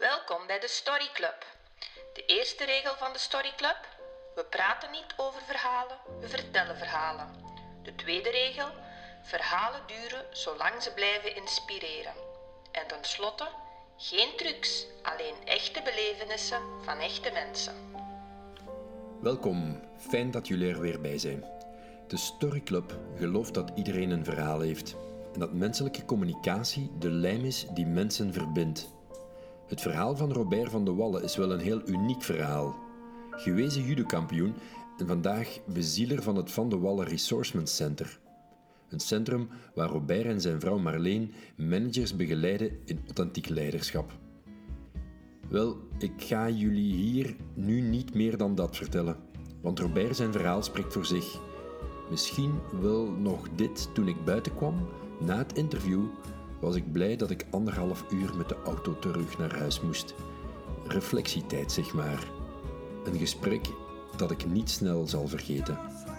Welkom bij de Story Club. De eerste regel van de Story Club: we praten niet over verhalen, we vertellen verhalen. De tweede regel: verhalen duren zolang ze blijven inspireren. En tenslotte: geen trucs, alleen echte belevenissen van echte mensen. Welkom, fijn dat jullie er weer bij zijn. De Story Club gelooft dat iedereen een verhaal heeft en dat menselijke communicatie de lijm is die mensen verbindt. Het verhaal van Robert van de Wallen is wel een heel uniek verhaal. Gewezen judokampioen en vandaag bezieler van het Van de Wallen Resourcement Center. Een centrum waar Robert en zijn vrouw Marleen managers begeleiden in authentiek leiderschap. Wel, ik ga jullie hier nu niet meer dan dat vertellen, want Robert zijn verhaal spreekt voor zich. Misschien wel nog dit: toen ik buiten kwam, na het interview, was ik blij dat ik 1,5 uur met de auto terug naar huis moest. Reflectietijd, zeg maar. Een gesprek dat ik niet snel zal vergeten.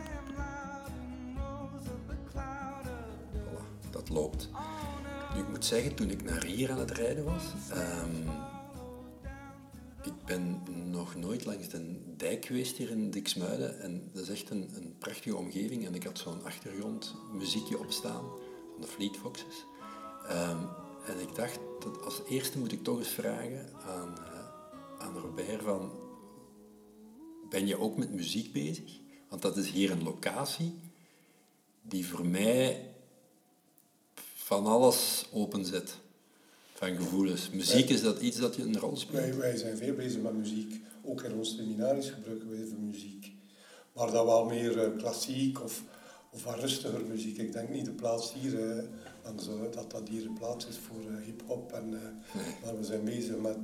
Voilà, dat loopt. Nu, ik moet zeggen, toen ik naar hier aan het rijden was, ik ben nog nooit langs de dijk geweest hier in Diksmuiden en dat is echt een prachtige omgeving en ik had zo'n achtergrondmuziekje opstaan van de Fleet Foxes. En ik dacht, dat als eerste moet ik toch eens vragen aan Robert van, ben je ook met muziek bezig? Want dat is hier een locatie die voor mij van alles openzet. Van gevoelens. Muziek, is dat iets dat je een rol speelt? Wij zijn veel bezig met muziek. Ook in ons seminaries gebruiken wij veel muziek. Maar dat wel meer klassiek of wat rustiger muziek. Ik denk niet de plaats hier, dat hier de plaats is voor hip-hop. Maar we zijn bezig met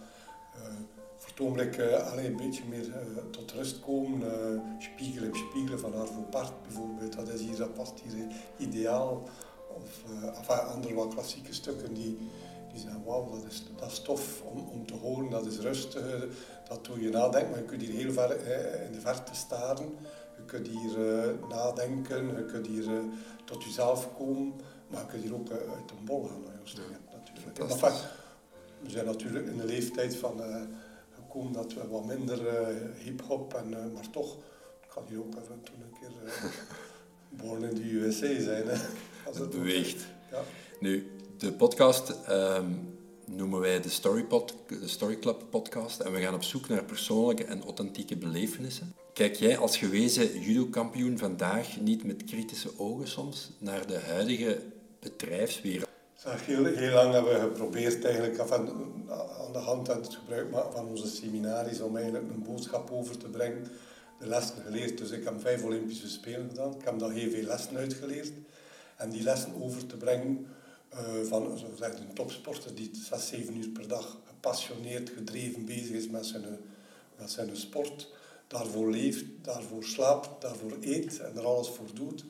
voor het ogenblik een beetje meer tot rust komen. Spiegelen van Arvo Pärt bijvoorbeeld. Dat past hier ideaal. Of andere wat klassieke stukken die zeggen, wauw, dat is tof om te horen, dat is rustig, dat doe je nadenken, maar je kunt hier heel ver in de verte staren, je kunt hier nadenken, je kunt hier tot jezelf komen, maar je kunt hier ook uit de bol gaan naar je natuurlijk. We zijn natuurlijk in de leeftijd van gekomen dat we wat minder hip-hop, maar toch, ik kan hier ook even toen een keer born in de USA zijn. Hè, als het beweegt. Ja. Nu, de podcast noemen wij de Story Club podcast en we gaan op zoek naar persoonlijke en authentieke belevenissen. Kijk jij als gewezen judokampioen vandaag niet met kritische ogen soms naar de huidige bedrijfswereld? Heel lang hebben we geprobeerd eigenlijk aan de hand en het gebruik maken van onze seminaries om eigenlijk een boodschap over te brengen. De lessen geleerd, dus ik heb 5 Olympische Spelen gedaan. Ik heb daar heel veel lessen uitgeleerd. En die lessen over te brengen van een topsporter die 6-7 uur per dag gepassioneerd, gedreven bezig is met zijn sport. Daarvoor leeft, daarvoor slaapt, daarvoor eet en er alles voor doet.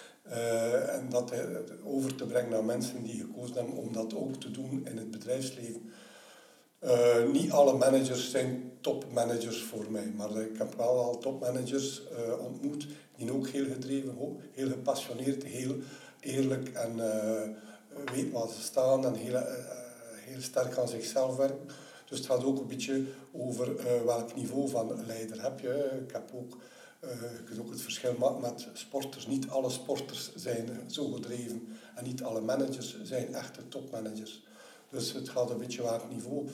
En dat over te brengen naar mensen die gekozen hebben om dat ook te doen in het bedrijfsleven. Niet alle managers zijn topmanagers voor mij, maar ik heb wel al topmanagers ontmoet die ook heel gedreven, heel gepassioneerd, heel eerlijk en weten waar ze staan en heel sterk aan zichzelf werken. Dus het gaat ook een beetje over welk niveau van leider heb je. Je kunt ook het verschil maken met sporters. Niet alle sporters zijn zo gedreven en niet alle managers zijn echte topmanagers. Dus het gaat een beetje welk niveau.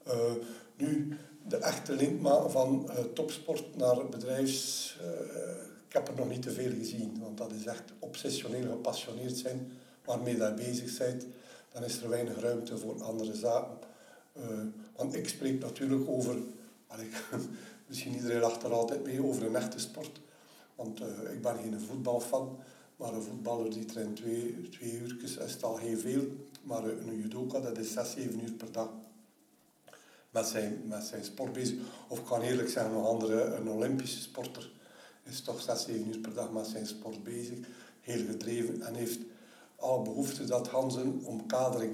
Nu, de echte link maken van topsport naar bedrijfs... ik heb er nog niet te veel gezien, want dat is echt obsessioneel gepassioneerd zijn waarmee je bezig bent. Dan is er weinig ruimte voor andere zaken. Want ik spreek natuurlijk over... Misschien iedereen lacht er altijd mee over een echte sport. Want ik ben geen voetbalfan, maar een voetballer die traint 2 uurtjes is al heel veel. Maar een judoka, dat is 6-7 uur per dag met zijn sport bezig. Of ik kan eerlijk zeggen, een Olympische sporter is toch 6-7 uur per dag met zijn sport bezig. Heel gedreven en heeft alle behoefte dat zijn omkadering,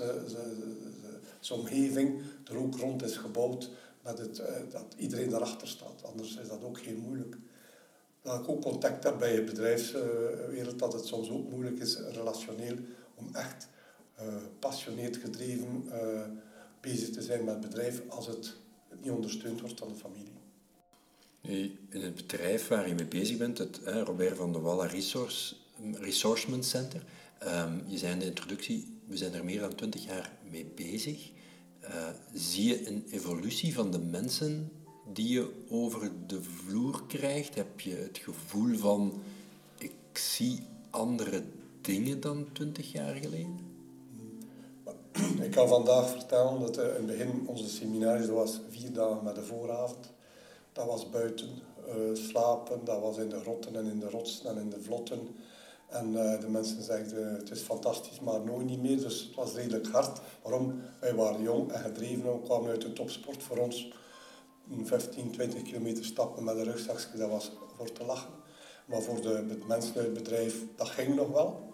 zijn omgeving er ook rond is gebouwd. Dat iedereen daarachter staat. Anders is dat ook heel moeilijk. Dat ik ook contact heb bij de bedrijfswereld, dat het soms ook moeilijk is, relationeel, om echt passioneerd gedreven bezig te zijn met het bedrijf als het niet ondersteund wordt van de familie. In het bedrijf waar je mee bezig bent, het Robert van de Walle Resourcement Center, je zei in de introductie, we zijn er meer dan 20 jaar mee bezig. Zie je een evolutie van de mensen die je over de vloer krijgt? Heb je het gevoel van, ik zie andere dingen dan 20 jaar geleden? Ik kan vandaag vertellen dat in het begin onze seminaries, dat was 4 dagen met de vooravond. Dat was buiten slapen, dat was in de grotten en in de rotsen en in de vlotten. En de mensen zeiden, het is fantastisch, maar nooit niet meer. Dus het was redelijk hard. Waarom? Wij waren jong en gedreven, we kwamen uit de topsport. Voor ons 15, 20 kilometer stappen met een rugzakje, dat was voor te lachen. Maar voor de mensen uit het bedrijf, dat ging nog wel.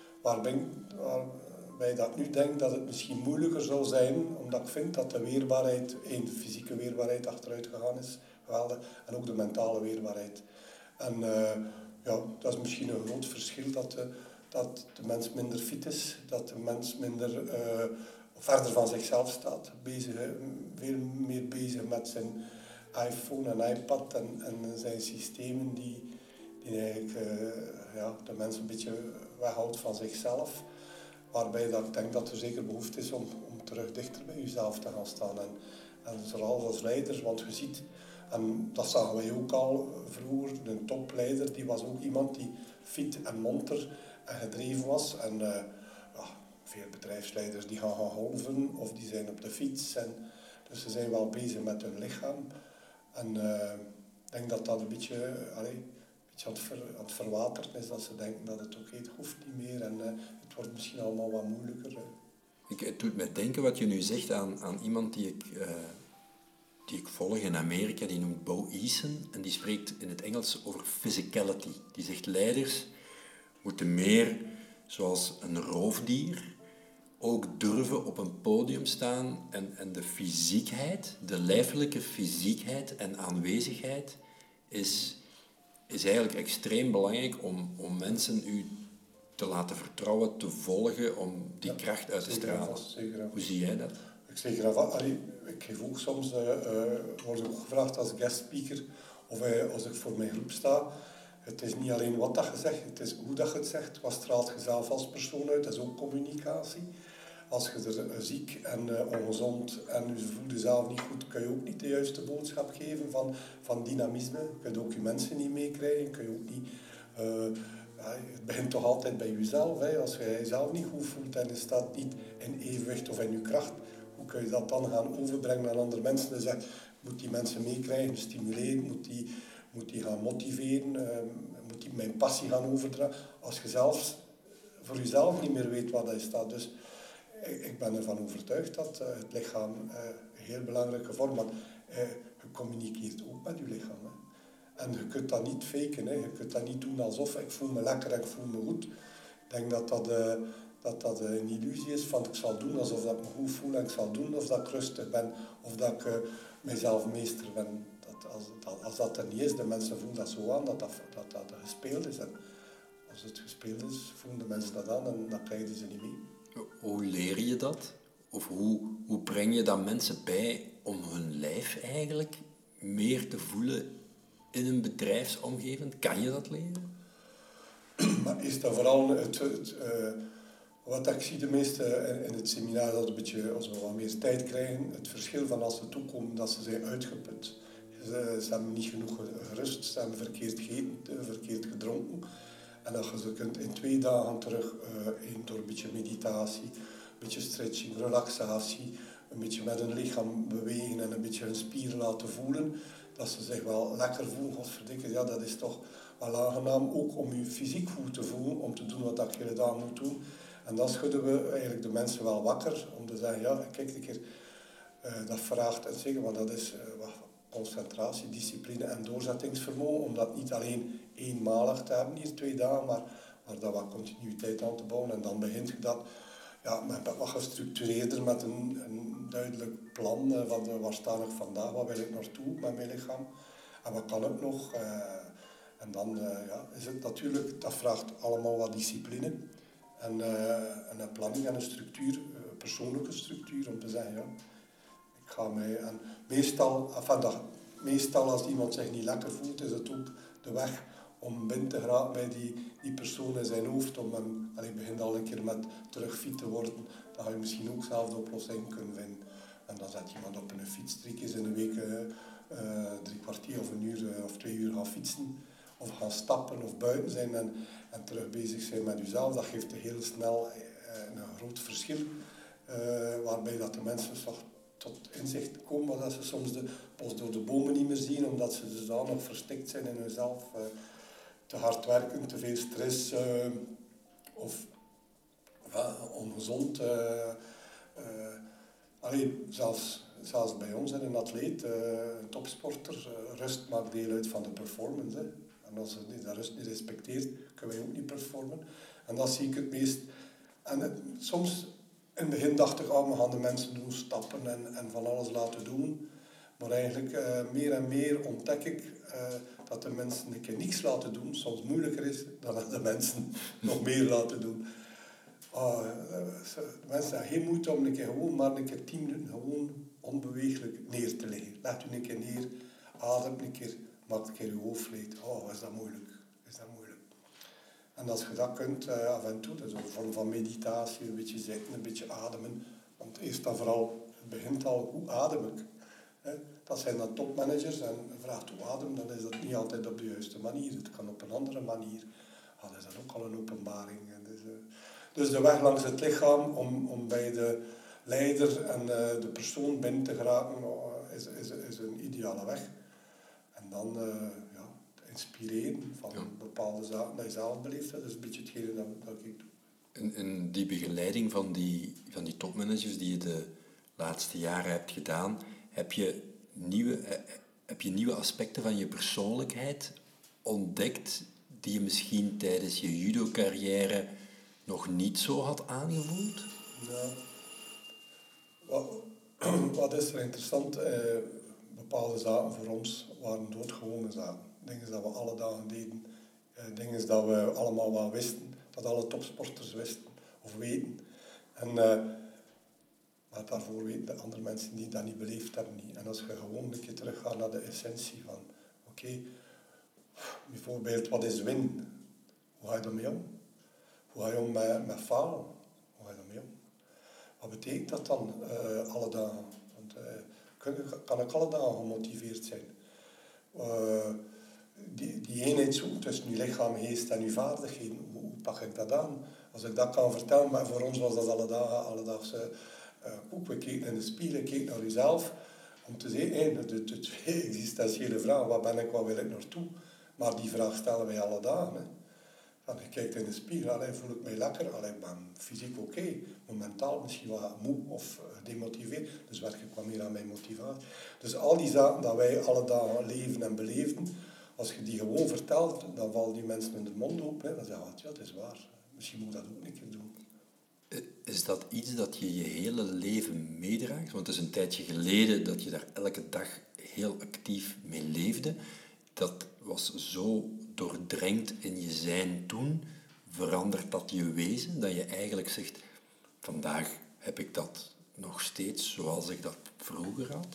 Waarbij dat nu denk dat het misschien moeilijker zou zijn, omdat ik vind dat de weerbaarheid, de fysieke weerbaarheid achteruit gegaan is, geweldig, en ook de mentale weerbaarheid. En dat is misschien een groot verschil, dat de mens minder fit is, dat de mens minder verder van zichzelf staat, veel meer bezig met zijn iPhone en iPad en zijn systemen die eigenlijk de mens een beetje weghoudt van zichzelf. Waarbij dat ik denk dat er zeker behoefte is om terug dichter bij jezelf te gaan staan. En vooral als leiders, want je ziet, en dat zagen wij ook al vroeger, een topleider, die was ook iemand die fit en monter en gedreven was. En veel bedrijfsleiders die gaan golven of die zijn op de fiets. Dus ze zijn wel bezig met hun lichaam. En ik denk dat dat een beetje aan het verwateren is, dat ze denken dat het ook hoeft niet meer. En het wordt misschien allemaal wat moeilijker. Het doet me denken wat je nu zegt aan iemand die ik volg in Amerika, die noemt Bo Eason en die spreekt in het Engels over physicality. Die zegt leiders moeten meer, zoals een roofdier, ook durven op een podium staan en de fysiekheid, de lijfelijke fysiekheid en aanwezigheid is eigenlijk extreem belangrijk om mensen u te laten vertrouwen, te volgen, om die kracht uit te stralen. Hoe zie jij dat? Ik geef ook soms, word ook gevraagd als guest speaker of als ik voor mijn groep sta. Het is niet alleen wat dat je zegt, het is hoe dat je het zegt. Wat straalt je zelf als persoon uit, dat is ook communicatie. Als je er ziek en ongezond en je voelt jezelf niet goed, kun je ook niet de juiste boodschap geven van dynamisme. Je kunt ook je mensen niet meekrijgen, kun je ook niet... het begint toch altijd bij jezelf. Hè. Als je jezelf niet goed voelt en je staat niet in evenwicht of in je kracht, hoe kun je dat dan gaan overbrengen aan andere mensen? Dus je moet die mensen meekrijgen, stimuleren, moet die gaan motiveren, moet die mijn passie gaan overdragen. Als je zelfs voor jezelf niet meer weet waar dat je staat. Dus ik ben ervan overtuigd dat het lichaam een heel belangrijke vorm heeft. Je communiceert ook met je lichaam. Hè. En je kunt dat niet faken. Hè. Je kunt dat niet doen alsof ik voel me lekker en ik voel me goed. Ik denk dat een illusie is van ik zal doen alsof ik me goed voel en ik zal doen of dat ik rustig ben of dat ik mezelf meester ben. Als dat er niet is, de mensen voelen dat zo aan dat gespeeld is. En als het gespeeld is, voelen de mensen dat aan en dan krijgen ze niet mee. Hoe leer je dat? Of hoe breng je dan mensen bij om hun lijf eigenlijk meer te voelen in een bedrijfsomgeving? Kan je dat leren? Maar is dat vooral wat ik zie de meeste in het seminar, dat een beetje, als we wat meer tijd krijgen, het verschil van als ze toekomen, dat ze zijn uitgeput. Ze hebben niet genoeg gerust, ze hebben verkeerd gegeten, verkeerd gedronken. En dat je ze kunt in 2 dagen terug, door een beetje meditatie, een beetje stretching, relaxatie, een beetje met hun lichaam bewegen en een beetje hun spieren laten voelen, dat ze zich wel lekker voelen. Godverdikke, ja, dat is toch wel aangenaam, ook om je fysiek goed te voelen, om te doen wat ik de hele dag moet doen. En dan schudden we eigenlijk de mensen wel wakker, om te zeggen, ja, kijk een keer, dat vraagt en zeggen, want dat is concentratie, discipline en doorzettingsvermogen, om dat niet alleen eenmalig te hebben, hier 2 dagen, maar daar wat continuïteit aan te bouwen. En dan begint je dat met wat gestructureerder, met een duidelijk plan van waar sta ik vandaag, wat wil ik naartoe met mijn lichaam en wat kan ik nog. En dan is het natuurlijk, dat vraagt allemaal wat discipline en een planning en een structuur, een persoonlijke structuur, om te zeggen, ja, ga mij... En meestal als iemand zich niet lekker voelt, is het ook de weg om binnen te geraken bij die persoon in zijn hoofd. Om hem, en ik begin al een keer met terug fit te worden, dan ga je misschien ook zelf de oplossing kunnen vinden. En dan zet je iemand op een fiets 3 keer in de week 3 kwartier of 1 uur of 2 uur gaan fietsen. Of gaan stappen of buiten zijn en terug bezig zijn met jezelf. Dat geeft heel snel een groot verschil. Waarbij dat de mensen tot inzicht komen dat ze soms de bos door de bomen niet meer zien, omdat ze dus dan nog verstikt zijn in hunzelf. Te hard werken, te veel stress of ongezond. Zelfs bij ons, een atleet, een topsporter, rust maakt deel uit van de performance. Hè. En als je dat rust niet respecteert, kunnen wij ook niet performen. En dat zie ik het meest. En soms in het begin dacht ik, we gaan de mensen doen stappen en van alles laten doen. Maar eigenlijk meer en meer ontdek ik dat de mensen een keer niks laten doen soms moeilijker is dan dat de mensen nog meer laten doen. De mensen hebben geen moeite om een keer gewoon maar een keer 10 minuten gewoon onbeweeglijk neer te liggen. Leg u een keer neer, adem een keer, maak een keer je hoofd leeg. Is dat moeilijk? En als je dat kunt, af en toe, dat is een vorm van meditatie, een beetje zitten, een beetje ademen. Want eerst en vooral, het begint al, hoe adem ik? Dat zijn dan topmanagers en je vraagt hoe adem, dan is dat niet altijd op de juiste manier. Het kan op een andere manier. Dat is dan ook al een openbaring. Dus de weg langs het lichaam om bij de leider en de persoon binnen te geraken is een ideale weg. En dan inspireren van bepaalde zaken dat je zelf beleeft. Dat is een beetje hetgene dat ik doe. En die begeleiding van die topmanagers die je de laatste jaren hebt gedaan, heb je nieuwe aspecten van je persoonlijkheid ontdekt die je misschien tijdens je judo-carrière nog niet zo had aangevoeld? Ja. Wat is er interessant? Bepaalde zaken voor ons waren doodgewone zaken. Dingen dat we alle dagen deden. Dingen dat we allemaal wel wisten. Dat alle topsporters wisten of weten. Maar daarvoor weten de andere mensen die dat niet beleefd hebben niet. En als je gewoon een keer teruggaat naar de essentie van... bijvoorbeeld, wat is winnen? Hoe ga je daarmee om? Hoe ga je om met falen? Hoe ga je daarmee om? Wat betekent dat dan alle dagen? Want kan ik alle dagen gemotiveerd zijn? Die eenheid zoeken tussen je lichaam, geest en je vaardigheden, hoe pak ik dat aan? Als ik dat kan vertellen, maar voor ons was dat alledaagse koek. We keken in de spiegel, ik keek naar jezelf, om te zeggen, de twee existentiële vragen, wat ben ik, wat wil ik naartoe? Maar die vraag stellen wij alle dagen. Hè. Van, je kijkt in de spiegel, voel ik mij lekker, ik ben fysiek oké, maar mentaal misschien wat moe of gedemotiveerd, dus werk ik wat meer aan mijn motivatie. Dus al die zaken dat wij alle dagen leven en beleven, als je die gewoon vertelt, dan vallen die mensen in de mond open. Hè. Dan zeggen ze, ja, dat is waar, misschien moet ik dat ook een keer doen. Is dat iets dat je je hele leven meedraagt? Want het is een tijdje geleden dat je daar elke dag heel actief mee leefde. Dat was zo doordrenkt in je zijn toen. Verandert dat je wezen? Dat je eigenlijk zegt, vandaag heb ik dat nog steeds zoals ik dat vroeger had?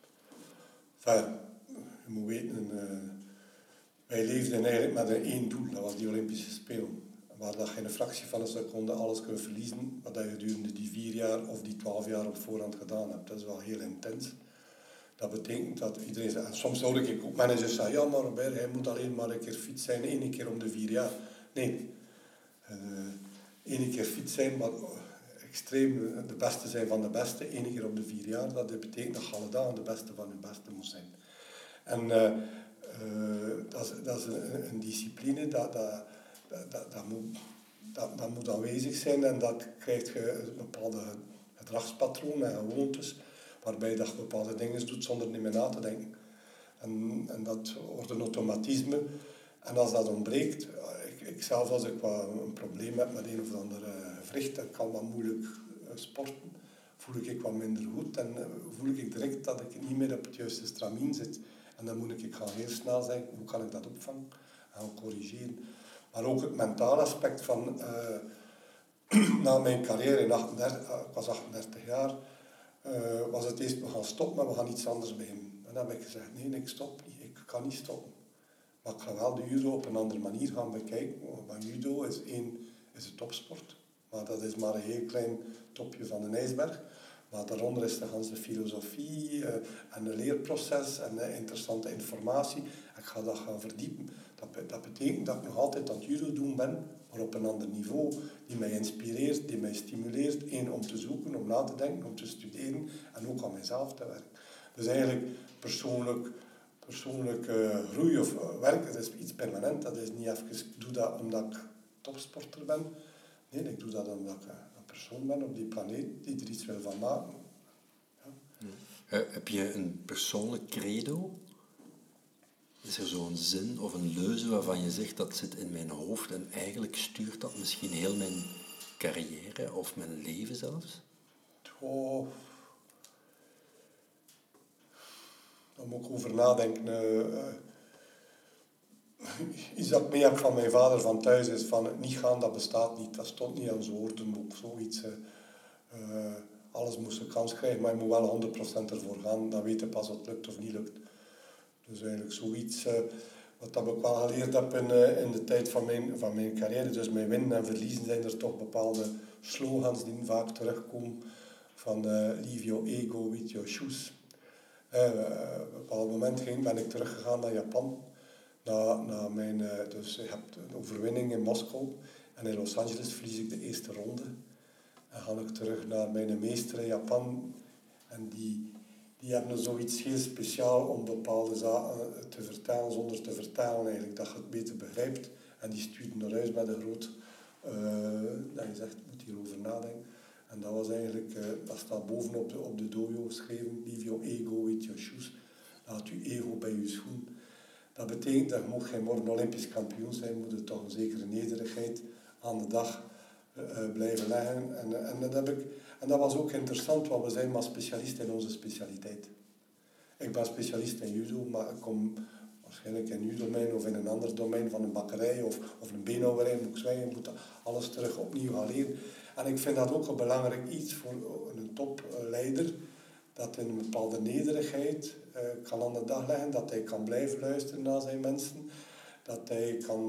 Je moet weten, wij leefden eigenlijk met één doel. Dat was die Olympische Spelen. Waar dat je in een fractie van een seconde alles kunt verliezen, wat je gedurende die 4 jaar of die 12 jaar op voorhand gedaan hebt. Dat is wel heel intens. Dat betekent dat iedereen zegt, en soms hoor ik ook managers zeggen, ja maar Robert, hij moet alleen maar een keer fit zijn, 1 keer om de 4 jaar. Nee, 1 keer fit zijn, maar extreem de beste zijn van de beste, 1 keer om de 4 jaar, dat betekent dat je alle dagen de beste van je beste moet zijn. En dat is een discipline, dat moet aanwezig zijn en dat krijg je bepaalde gedragspatronen en gewoontes, waarbij dat je bepaalde dingen doet zonder niet meer na te denken. En dat wordt een automatisme. En als dat ontbreekt, ik zelf als ik een probleem heb met een of andere gewricht, ik kan wat moeilijk sporten, voel ik wat minder goed en voel ik direct dat ik niet meer op het juiste stramien zit. En dan moet ik gaan heel snel zeggen, hoe kan ik dat opvangen en gaan corrigeren. Maar ook het mentale aspect van, na mijn carrière, ik was 38 jaar, was het eerst, we gaan stoppen, maar we gaan iets anders beginnen. En dan heb ik gezegd, nee, ik stop niet, ik kan niet stoppen. Maar ik ga wel de judo op een andere manier gaan bekijken. Want judo is een topsport. Maar dat is maar een heel klein topje van een ijsberg. Maar daaronder is de hele filosofie en een leerproces en interessante informatie. Ik ga dat gaan verdiepen. Dat betekent dat ik nog altijd aan het judo doen ben, maar op een ander niveau. Die mij inspireert, die mij stimuleert. Eén, om te zoeken, om na te denken, om te studeren en ook aan mezelf te werken. Dus eigenlijk persoonlijk groei of werk, dat is iets permanent. Dat is niet even, ik doe dat omdat ik topsporter ben. Nee, ik doe dat omdat ik een persoon ben op die planeet die er iets wil van maken. Ja. Heb je een persoonlijk credo? Is er zo'n zin of een leuze waarvan je zegt dat zit in mijn hoofd en eigenlijk stuurt dat misschien heel mijn carrière of mijn leven zelfs? Oh. Daar moet ik over nadenken. Iets dat ik mee heb van mijn vader van thuis is van het niet gaan, dat bestaat niet. Dat stond niet aan zijn woordenboek. Zoiets. Alles moest een kans krijgen, maar je moet wel 100% ervoor gaan. Dan weet je pas of het lukt of niet lukt. Dus eigenlijk zoiets wat ik wel geleerd heb in de tijd van mijn carrière. Dus mijn winnen en verliezen zijn er toch bepaalde slogans die vaak terugkomen. Van leave your ego with your shoes. Op een bepaald moment ben ik teruggegaan naar Japan. Dus je hebt een overwinning in Moskou. En in Los Angeles verlies ik de eerste ronde. Dan ga ik terug naar mijn meester in Japan. En die hebben zoiets heel speciaals om bepaalde zaken te vertellen, zonder te vertellen eigenlijk, dat je het beter begrijpt. En die stuurden naar huis met een groot, dat je zegt, moet hierover nadenken. En dat was eigenlijk, dat staat bovenop op de dojo geschreven, leave your ego with your shoes. Laat je ego bij je schoen. Dat betekent dat je mag geen morgen Olympisch kampioen zijn, moet je toch een zekere nederigheid aan de dag blijven leggen. En dat was ook interessant, want we zijn maar specialisten in onze specialiteit. Ik ben specialist in judo, maar ik kom waarschijnlijk in uw domein of in een ander domein van een bakkerij of een beenhouwerij, moet ik zeggen, je moet alles terug opnieuw gaan leren. En ik vind dat ook een belangrijk iets voor een topleider, dat in een bepaalde nederigheid kan aan de dag leggen, dat hij kan blijven luisteren naar zijn mensen, dat hij kan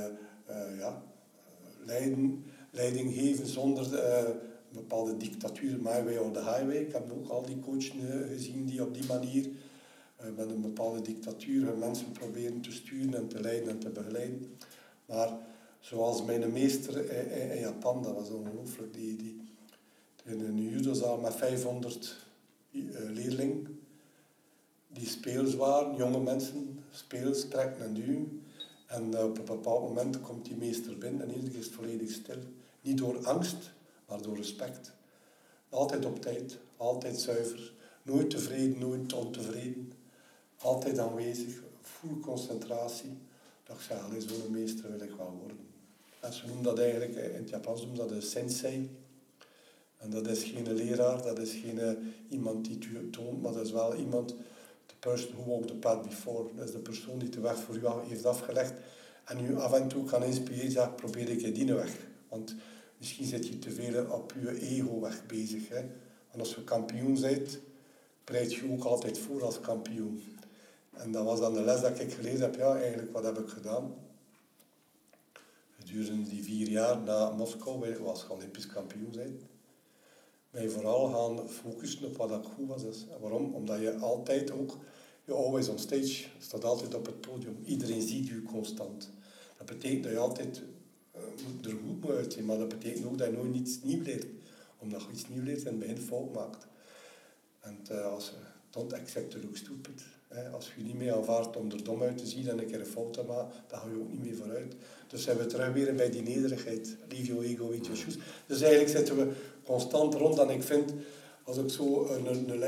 leiding geven zonder een bepaalde dictatuur, my way or the highway. Ik heb ook al die coaches gezien die op die manier met een bepaalde dictatuur mensen proberen te sturen en te leiden en te begeleiden. Maar zoals mijn meester in Japan, dat was ongelooflijk, die in een judozaal met 500 leerlingen, die spelers waren, jonge mensen, spelers, trekken en duwen. En op een bepaald moment komt die meester binnen en iedereen is volledig stil. Niet door angst, maar door respect. Altijd op tijd, altijd zuiver, nooit tevreden, nooit ontevreden. Altijd aanwezig, full concentratie. Ik dacht, ja, zo'n meester wil ik wel worden. En ze noemen dat eigenlijk, in het Japans noemen dat de sensei. En dat is geen leraar, dat is geen iemand die het toont, maar dat is wel iemand, the person who walked the path before. Dat is de persoon die de weg voor u heeft afgelegd en u af en toe kan inspireren, zegt, probeer ik die weg. Want misschien zit je te veel op je ego-weg bezig. Hè? Want als je kampioen bent, bereid je ook altijd voor als kampioen. En dat was dan de les dat ik geleerd heb. Ja, eigenlijk, wat heb ik gedaan? Gedurende die 4 jaar na Moskou, was ik Olympisch kampioen zijn, mij vooral gaan focussen op wat ik goed was. Waarom? Omdat je altijd ook, je always on stage, staat altijd op het podium. Iedereen ziet je constant. Dat betekent dat je altijd er goed moet uitzien, maar dat betekent ook dat je nooit iets nieuws leert. Omdat je iets nieuws leert en het begin fout maakt. En don't accept to look stupid. Als je niet meer aanvaardt om er dom uit te zien en een keer een fout te maken, dan ga je ook niet meer vooruit. Dus zijn we terug weer bij die nederigheid. Leave your ego with your shoes. Dus eigenlijk zitten we constant rond. En ik vind, als ik zo een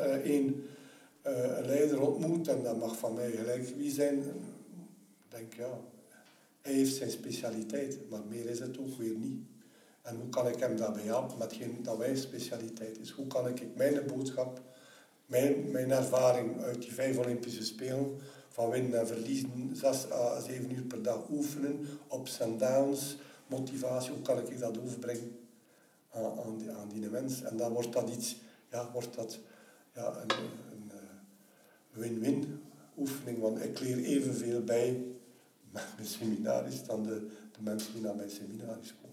leider ontmoet, en dat mag van mij gelijk wie zijn, denk ik, ja, hij heeft zijn specialiteit, maar meer is het ook weer niet. En hoe kan ik hem daarbij helpen met geen dat wij specialiteit is? Hoe kan ik mijn boodschap, mijn ervaring uit die 5 Olympische Spelen, van winnen en verliezen, 6 à 7 uur per dag oefenen, ups en downs, motivatie, hoe kan ik dat overbrengen aan die mens? En dan wordt dat iets wordt dat een win-win oefening. Want ik leer evenveel bij met mijn seminaries dan de mensen die naar mijn seminaries komen.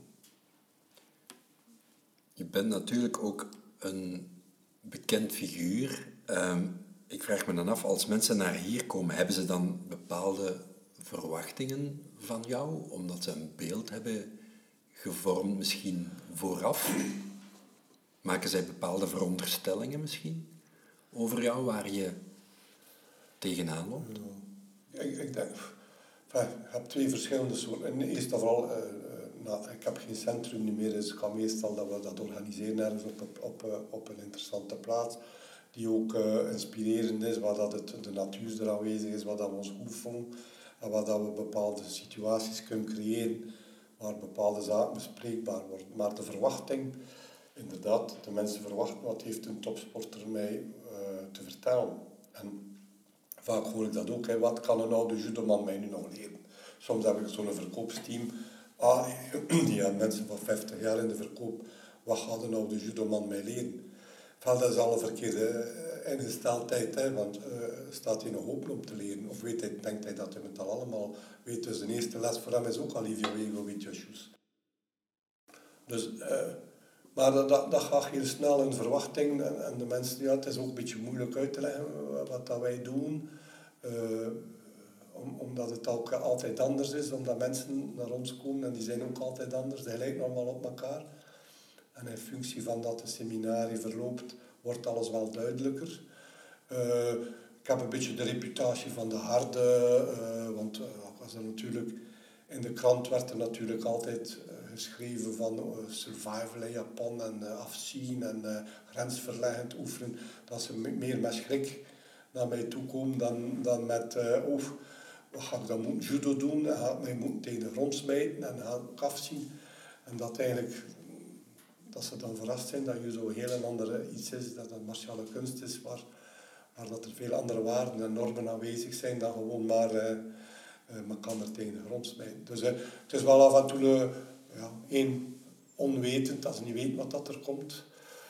Je bent natuurlijk ook een bekend figuur. Ik vraag me dan af, als mensen naar hier komen, hebben ze dan bepaalde verwachtingen van jou? Omdat ze een beeld hebben gevormd misschien vooraf? Maken zij bepaalde veronderstellingen misschien over jou, waar je tegenaan loopt? Ik denk, je hebt twee verschillende soorten. En eerst en vooral, ik heb geen centrum meer, dus ik kan meestal dat we dat organiseren ergens op een interessante plaats, die ook inspirerend is, waar dat de natuur er aanwezig is, waar dat we ons goed voelen en waar dat we bepaalde situaties kunnen creëren, waar bepaalde zaken bespreekbaar worden. Maar de verwachting, inderdaad, de mensen verwachten wat heeft een topsporter mij te vertellen. En vaak hoor ik dat ook, wat kan een oude judoman mij nu nog leren? Soms heb ik zo'n verkoopsteam, die hebben mensen van 50 jaar in de verkoop, wat gaat een oude judoman mij leren? Wel, dat is al een verkeerde ingesteldheid, want staat hij nog open om te leren? Of denkt hij dat hij het al allemaal weet? Dus de eerste les voor hem is ook al Livio Ego with your shoes. Dus, maar dat gaat heel snel in verwachting. En de mensen, het is ook een beetje moeilijk uit te leggen wat dat wij doen. Omdat het ook altijd anders is, omdat mensen naar ons komen en die zijn ook altijd anders. Die lijken allemaal op elkaar. En in functie van dat de seminarie verloopt, wordt alles wel duidelijker. Ik heb een beetje de reputatie van de harde, want was er natuurlijk, in de krant werd er natuurlijk altijd geschreven van survival in Japan en afzien en grensverleggend oefenen. Dat ze meer met schrik naar mij toe komen dan met wat ga ik dan moeten judo doen? En ga ik mij moeten tegen de grond smijten en ga ik afzien? En dat eigenlijk, dat ze dan verrast zijn dat judo heel een andere iets is, dat het martiale kunst is, waar dat er veel andere waarden en normen aanwezig zijn dan gewoon maar elkaar tegen de grond smijten. Dus het is wel af en toe onwetend, als ze niet weten wat dat er komt.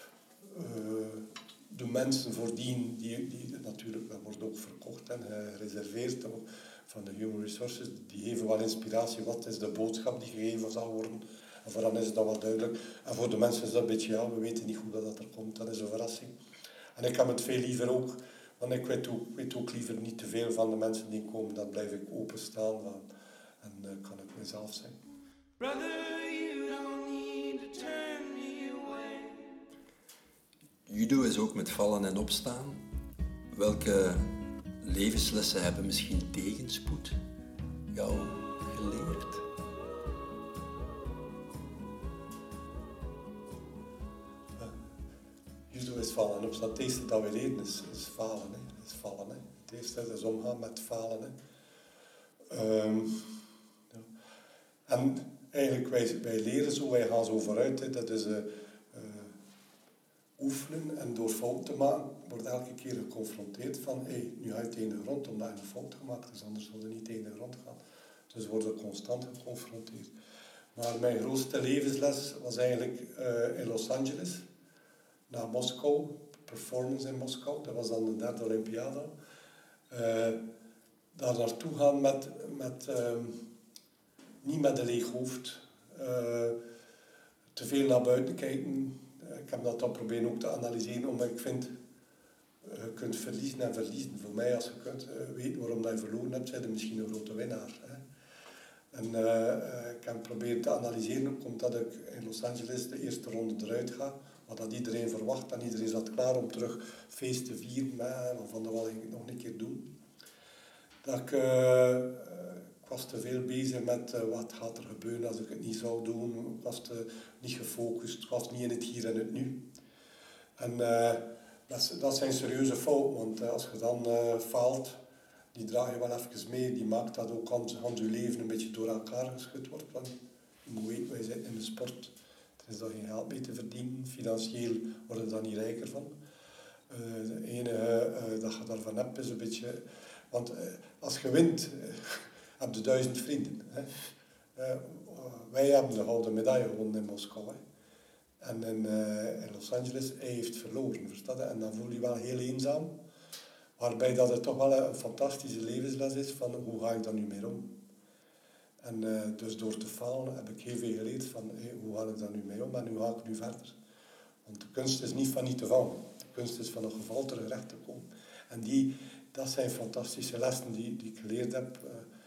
De mensen voordien, die natuurlijk, dat wordt ook verkocht en gereserveerd van de Human Resources, die geven wel inspiratie, wat is de boodschap die gegeven zal worden. En voor hen is dat wel duidelijk. En voor de mensen is dat een beetje, we weten niet hoe dat er komt, dat is een verrassing. En ik heb het veel liever ook, want ik weet ook liever niet te veel van de mensen die komen, dan blijf ik openstaan en kan ik mezelf zijn. Brother, you don't need to turn me away. Judo is ook met vallen en opstaan. Welke levenslessen hebben misschien tegenspoed jou geleerd? Judo is vallen en opstaan. Het eerste dat we leren is falen. Is vallen. Het eerste is omgaan met falen. En eigenlijk, wij leren zo, wij gaan zo vooruit. Dat is oefenen en door fout te maken, wordt elke keer geconfronteerd van nu ga je tegen de grond omdat je een fout gemaakt is, anders zal je niet tegen de grond gaan. Dus we worden constant geconfronteerd. Maar mijn grootste levensles was eigenlijk in Los Angeles, naar Moskou, performance in Moskou, dat was dan de derde Olympiade. Daar naartoe gaan niet met een leeg hoofd, te veel naar buiten kijken. Ik heb dat dan proberen ook te analyseren, omdat ik vind, je kunt verliezen en verliezen. Voor mij, als je kunt weten waarom je verloren hebt, zijn je misschien een grote winnaar. Hè. En ik heb proberen te analyseren, ook omdat ik in Los Angeles de eerste ronde eruit ga, wat dat iedereen verwacht en iedereen zat klaar om terug feest te vieren, waarvan dat wil ik nog een keer doen. Dat ik was te veel bezig met wat gaat er gebeuren als ik het niet zou doen. Ik was niet gefocust, ik was niet in het hier en het nu. En dat zijn serieuze fouten, want als je dan faalt, die draag je wel even mee. Die maakt dat ook als je leven een beetje door elkaar geschud wordt. Want je moet weten, wij zitten in de sport. Er is daar geen geld mee te verdienen. Financieel worden we daar niet rijker van. Het enige dat je daarvan hebt is een beetje... Want als je wint, heb je 1000 vrienden. Hè. Wij hebben de gouden medaille gewonnen in Moskou. Hè. En in Los Angeles, hij heeft verloren, verstaat je? En dan voel je wel heel eenzaam. Waarbij dat het toch wel een fantastische levensles is van hoe ga ik daar nu mee om. En dus door te falen heb ik heel veel geleerd van hoe ga ik daar nu mee om en hoe ga ik nu verder. Want de kunst is niet van niet te vallen. De kunst is van een geval terug recht te komen. En dat zijn fantastische lessen die ik geleerd heb.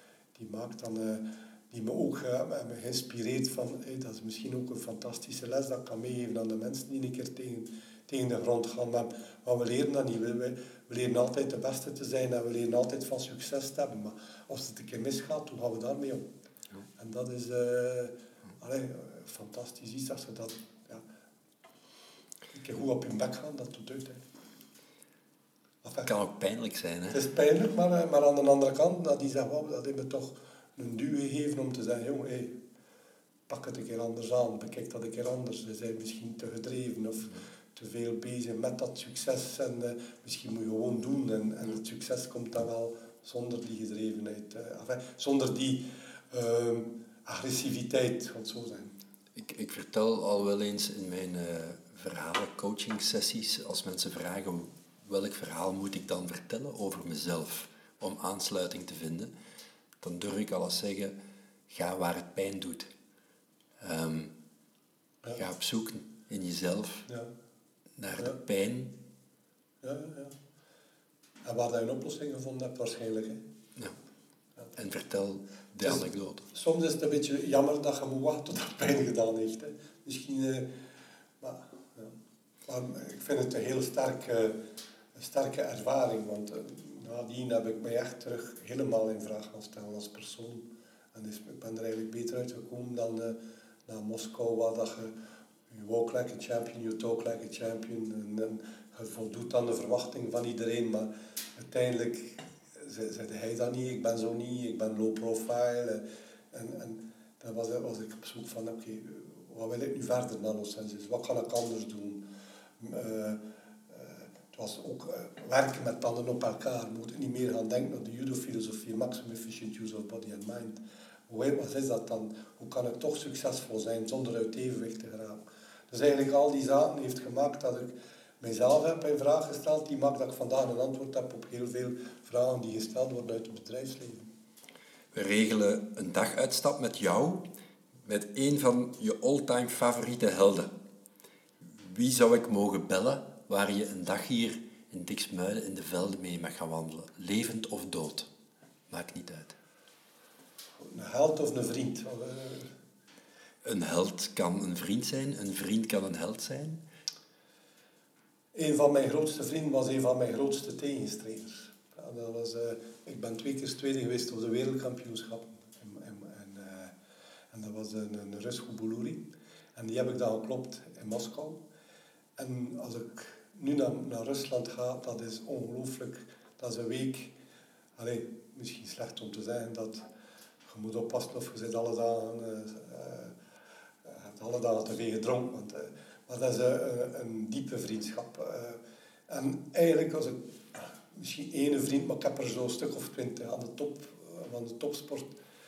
Die me ook hebben geïnspireerd van, dat is misschien ook een fantastische les dat ik kan meegeven aan de mensen die een keer tegen de grond gaan. Maar we leren dat niet. We leren altijd de beste te zijn en we leren altijd van succes te hebben. Maar als het een keer misgaat, hoe gaan we daarmee om? Ja. En dat is fantastisch iets als je dat een keer goed op je bek gaan, dat doet uit. Het kan ook pijnlijk zijn, hè? Het is pijnlijk, maar aan de andere kant, dat heeft me toch een duw gegeven om te zeggen, jongen, pak het een keer anders aan, bekijk dat een keer anders. Ze zijn misschien te gedreven of te veel bezig met dat succes en misschien moet je gewoon doen en het succes komt dan wel zonder die gedrevenheid, zonder die agressiviteit, gaat het zo zijn. Ik vertel al wel eens in mijn verhalen, coaching sessies, als mensen vragen welk verhaal moet ik dan vertellen over mezelf om aansluiting te vinden, dan durf ik al eens zeggen, ga waar het pijn doet. Ga op zoek in jezelf naar de pijn. Ja. En waar je een oplossing gevonden hebt waarschijnlijk. Hè? Ja. En vertel de anekdote. Soms is het een beetje jammer dat je moet wachten tot dat pijn gedaan heeft. Hè. Misschien, maar ik vind het een heel sterke ervaring, want nadien heb ik mij echt terug helemaal in vraag gaan stellen als persoon. En ik ben er eigenlijk beter uitgekomen dan naar Moskou, waar dat je walk like a champion, you talk like a champion. En je voldoet aan de verwachting van iedereen, maar uiteindelijk zei hij dat niet, ik ben zo niet, ik ben low profile. En dan was ik op zoek van, oké, wat wil ik nu verder naar Los Angeles? Wat kan ik anders doen? Het was ook werken met tanden op elkaar. Je moet niet meer gaan denken aan de judo-filosofie, maximum efficient use of body and mind. Wat is dat dan? Hoe kan ik toch succesvol zijn zonder uit evenwicht te geraken? Dus eigenlijk al die zaken heeft gemaakt dat ik mijzelf heb in vraag gesteld. Die maakt dat ik vandaag een antwoord heb op heel veel vragen die gesteld worden uit het bedrijfsleven. We regelen een daguitstap met jou, met een van je all-time favoriete helden. Wie zou ik mogen bellen waar je een dag hier in Diksmuiden in de velden mee mag gaan wandelen? Levend of dood? Maakt niet uit. Een held of een vriend? Een held kan een vriend zijn, een vriend kan een held zijn. Een van mijn grootste vrienden was een van mijn grootste tegenstrijders. Ik ben 2 keer tweede geweest op de wereldkampioenschappen. En dat was een Rus Gubuluri. En die heb ik dan geklopt in Moskou. En als ik nu naar Rusland ga, dat is ongelooflijk. Dat is een week, misschien slecht om te zeggen, dat je moet oppassen of je zit alle dagen te veel gedronken. Maar dat is een diepe vriendschap. En eigenlijk was ik misschien één vriend, maar ik heb er zo'n stuk of 20 aan de top van de topsport.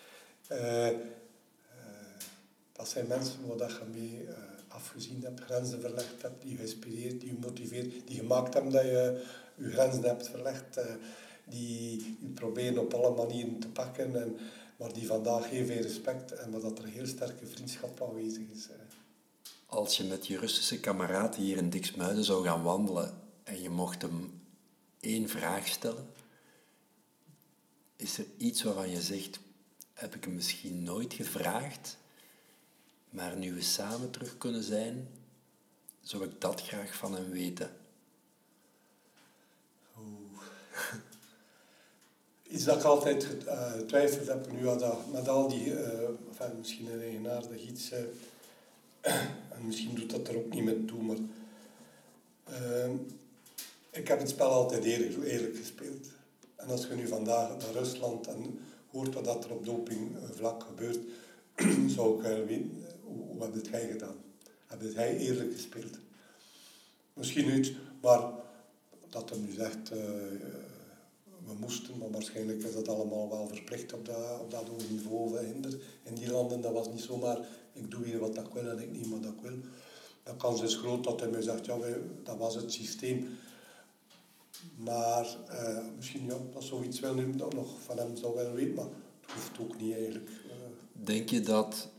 Dat zijn mensen waar je mee afgezien hebt, grenzen verlegd hebt, die je geïnspireerd, die je motiveert, die gemaakt hebben dat je je grenzen hebt verlegd, die je proberen op alle manieren te pakken, maar die vandaag heel veel respect en maar dat er een heel sterke vriendschap aanwezig is. Als je met je Russische kameraad hier in Diksmuiden zou gaan wandelen en je mocht hem 1 vraag stellen, is er iets waarvan je zegt, heb ik hem misschien nooit gevraagd, maar nu we samen terug kunnen zijn, zou ik dat graag van hem weten? Iets dat ik altijd getwijfeld heb nu, met al die, misschien een eigenaardig iets, en misschien doet dat er ook niet mee toe, maar ik heb het spel altijd eerlijk gespeeld. En als je nu vandaag naar Rusland en hoort wat er op dopingvlak gebeurt, zou ik weten, hoe heb het hij gedaan? Heb het hij eerlijk gespeeld? Misschien niet, maar dat hij nu zegt, we moesten, maar waarschijnlijk is dat allemaal wel verplicht op dat hoog niveau. In die landen, dat was niet zomaar, ik doe hier wat ik wil en ik niet wat ik wil. de kans is groot dat hij mij zegt, ja, dat was het systeem. Maar misschien, ja, dat zoiets wel nu dat nog van hem zou willen weten, maar het hoeft ook niet eigenlijk. Denk je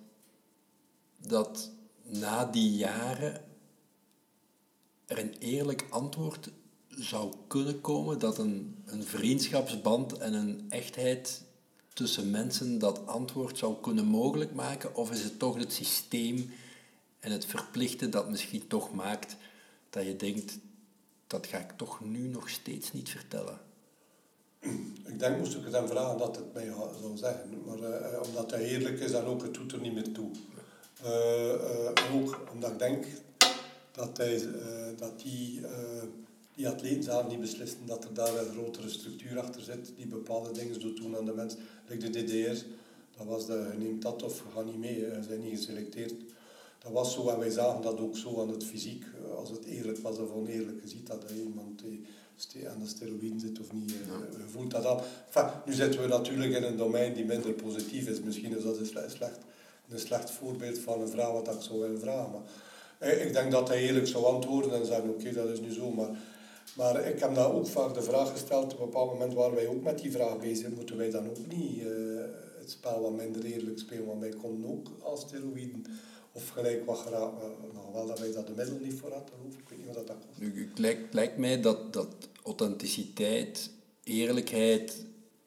dat na die jaren er een eerlijk antwoord zou kunnen komen, dat een vriendschapsband en een echtheid tussen mensen dat antwoord zou kunnen mogelijk maken? Of is het toch het systeem en het verplichten dat misschien toch maakt dat je denkt, dat ga ik toch nu nog steeds niet vertellen? Ik denk, moest ik het hem vragen, dat het mij zou zeggen. Maar omdat hij eerlijk is en ook het doet er niet meer toe. Ook omdat ik denk dat die atleten zelf niet beslissen dat er daar een grotere structuur achter zit die bepaalde dingen doet doen aan de mens. Like de DDR, dat was je neemt dat of je gaat niet mee, je bent niet geselecteerd. Dat was zo en wij zagen dat ook zo aan het fysiek. Als het eerlijk was of oneerlijk, je ziet dat iemand die aan de steroïden zit of niet, je voelt dat al. Enfin, nu zitten we natuurlijk in een domein die minder positief is. Misschien is dat een slecht voorbeeld van een vraag wat ik zou willen vragen. Maar ik denk dat hij eerlijk zou antwoorden en zeggen, oké, dat is nu zo. Maar ik heb daar ook vaak de vraag gesteld, op een bepaald moment waren wij ook met die vraag bezig, moeten wij dan ook niet het spel wat minder eerlijk spelen, want wij konden ook als steroïden of gelijk wat geraakt, nog wel dat wij daar de middelen niet voor hadden, ik weet niet wat dat kost. Nu, het lijkt mij dat authenticiteit, eerlijkheid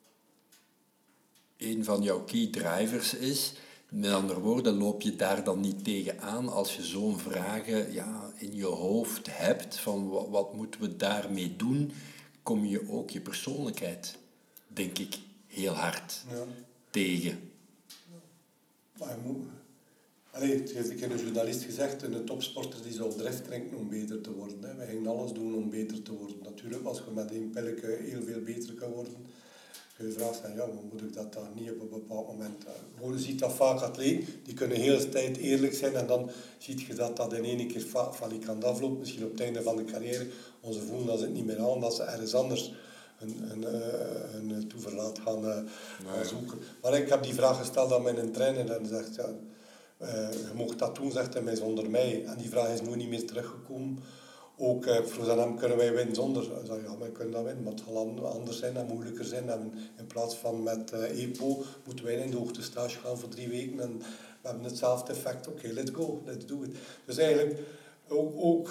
een van jouw key drivers is. Met andere woorden, loop je daar dan niet tegen aan als je zo'n vragen in je hoofd hebt van wat moeten we daarmee doen, kom je ook je persoonlijkheid, denk ik, heel hard tegen. Maar je moet... het heeft een keer een journalist gezegd, een topsporter die zou drift drinken om beter te worden. Hè. Wij gingen alles doen om beter te worden. Natuurlijk, als je met één pilletje heel veel beter kan worden, kun je vragen zijn, ja, maar moet ik dat dan niet op een bepaald moment... Je ziet dat vaak atleten, die kunnen heel de tijd eerlijk zijn en dan zie je dat in één keer valikant afloopt. Misschien op het einde van de carrière, onze voelen dat ze het niet meer aan, dat ze ergens anders hun toeverlaat gaan zoeken. Maar ik heb die vraag gesteld aan mijn trainer en hij zegt, ja, je mocht dat doen, zegt hij mij, zonder mij. En die vraag is nooit niet meer teruggekomen. Ook vroeg aan hem, kunnen wij winnen zonder? Hij zei, ja, wij kunnen dat winnen, maar het zal anders zijn en moeilijker zijn. En in plaats van met EPO moeten wij in de hoogtestage gaan voor 3 weken. En we hebben hetzelfde effect. Oké, let's go, let's do it. Dus eigenlijk ook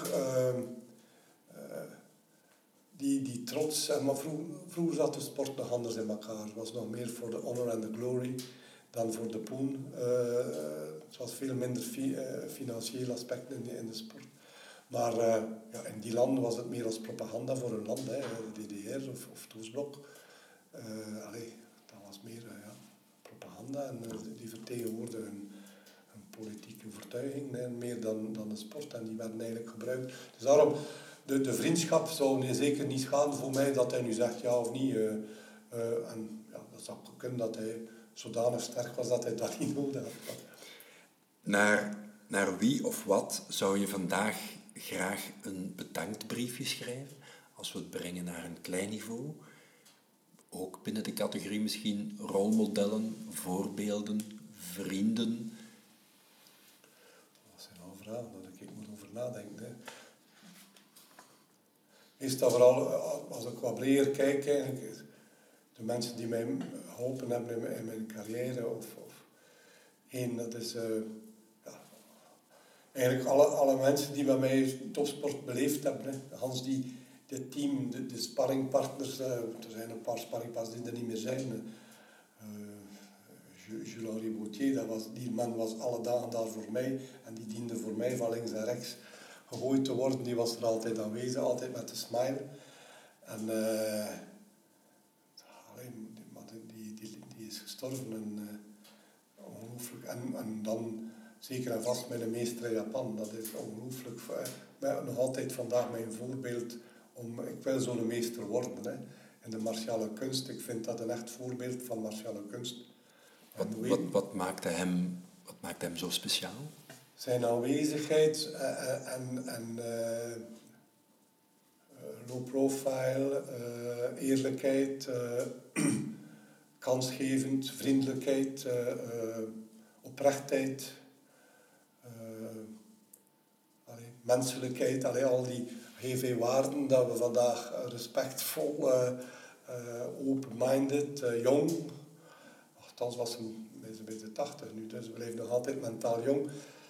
die trots. Maar vroeger zat de sport nog anders in elkaar. Het was nog meer voor de honor en de glory dan voor de poen. Het was veel minder financiële aspecten in de sport. Maar in die landen was het meer als propaganda voor een land, hè, DDR of Oostblok. Dat was meer propaganda en die vertegenwoordigden een politieke overtuiging, meer dan de sport. En die werden eigenlijk gebruikt. Dus daarom, de vriendschap zou zeker niet schaden voor mij dat hij nu zegt ja of niet. Dat zou kunnen dat hij zodanig sterk was dat hij dat niet nodig had. Naar wie of wat zou je vandaag graag een bedankbriefje schrijven, als we het brengen naar een klein niveau? Ook binnen de categorie misschien rolmodellen, voorbeelden, vrienden. Dat zijn al vragen waar ik moet over nadenken. Hè. Is dat vooral, als ik wat breder kijk, eigenlijk, de mensen die mij geholpen hebben in mijn carrière, dat is eigenlijk alle mensen die bij mij topsport beleefd hebben. Hè. Hans, dit team, de sparringpartners, er zijn een paar sparringpartners die er niet meer zijn. Jules-Henri Bautier, die man was alle dagen daar voor mij en die diende voor mij van links en rechts gegooid te worden. Die was er altijd aanwezig, altijd met een smile. En die is gestorven en ongelooflijk. En dan zeker en vast mijn meester in Japan, dat is ongelooflijk. Maar nog altijd vandaag mijn voorbeeld ik wil zo'n meester worden. Hè. In de martiale kunst, ik vind dat een echt voorbeeld van martiale kunst. Wat maakte hem zo speciaal? Zijn aanwezigheid en low profile, eerlijkheid, kansgevend, vriendelijkheid, oprechtheid. menselijkheid, al die heel veel waarden dat we vandaag respectvol, open-minded, jong. Althans was hem bij de 80 nu, dus we blijven nog altijd mentaal jong.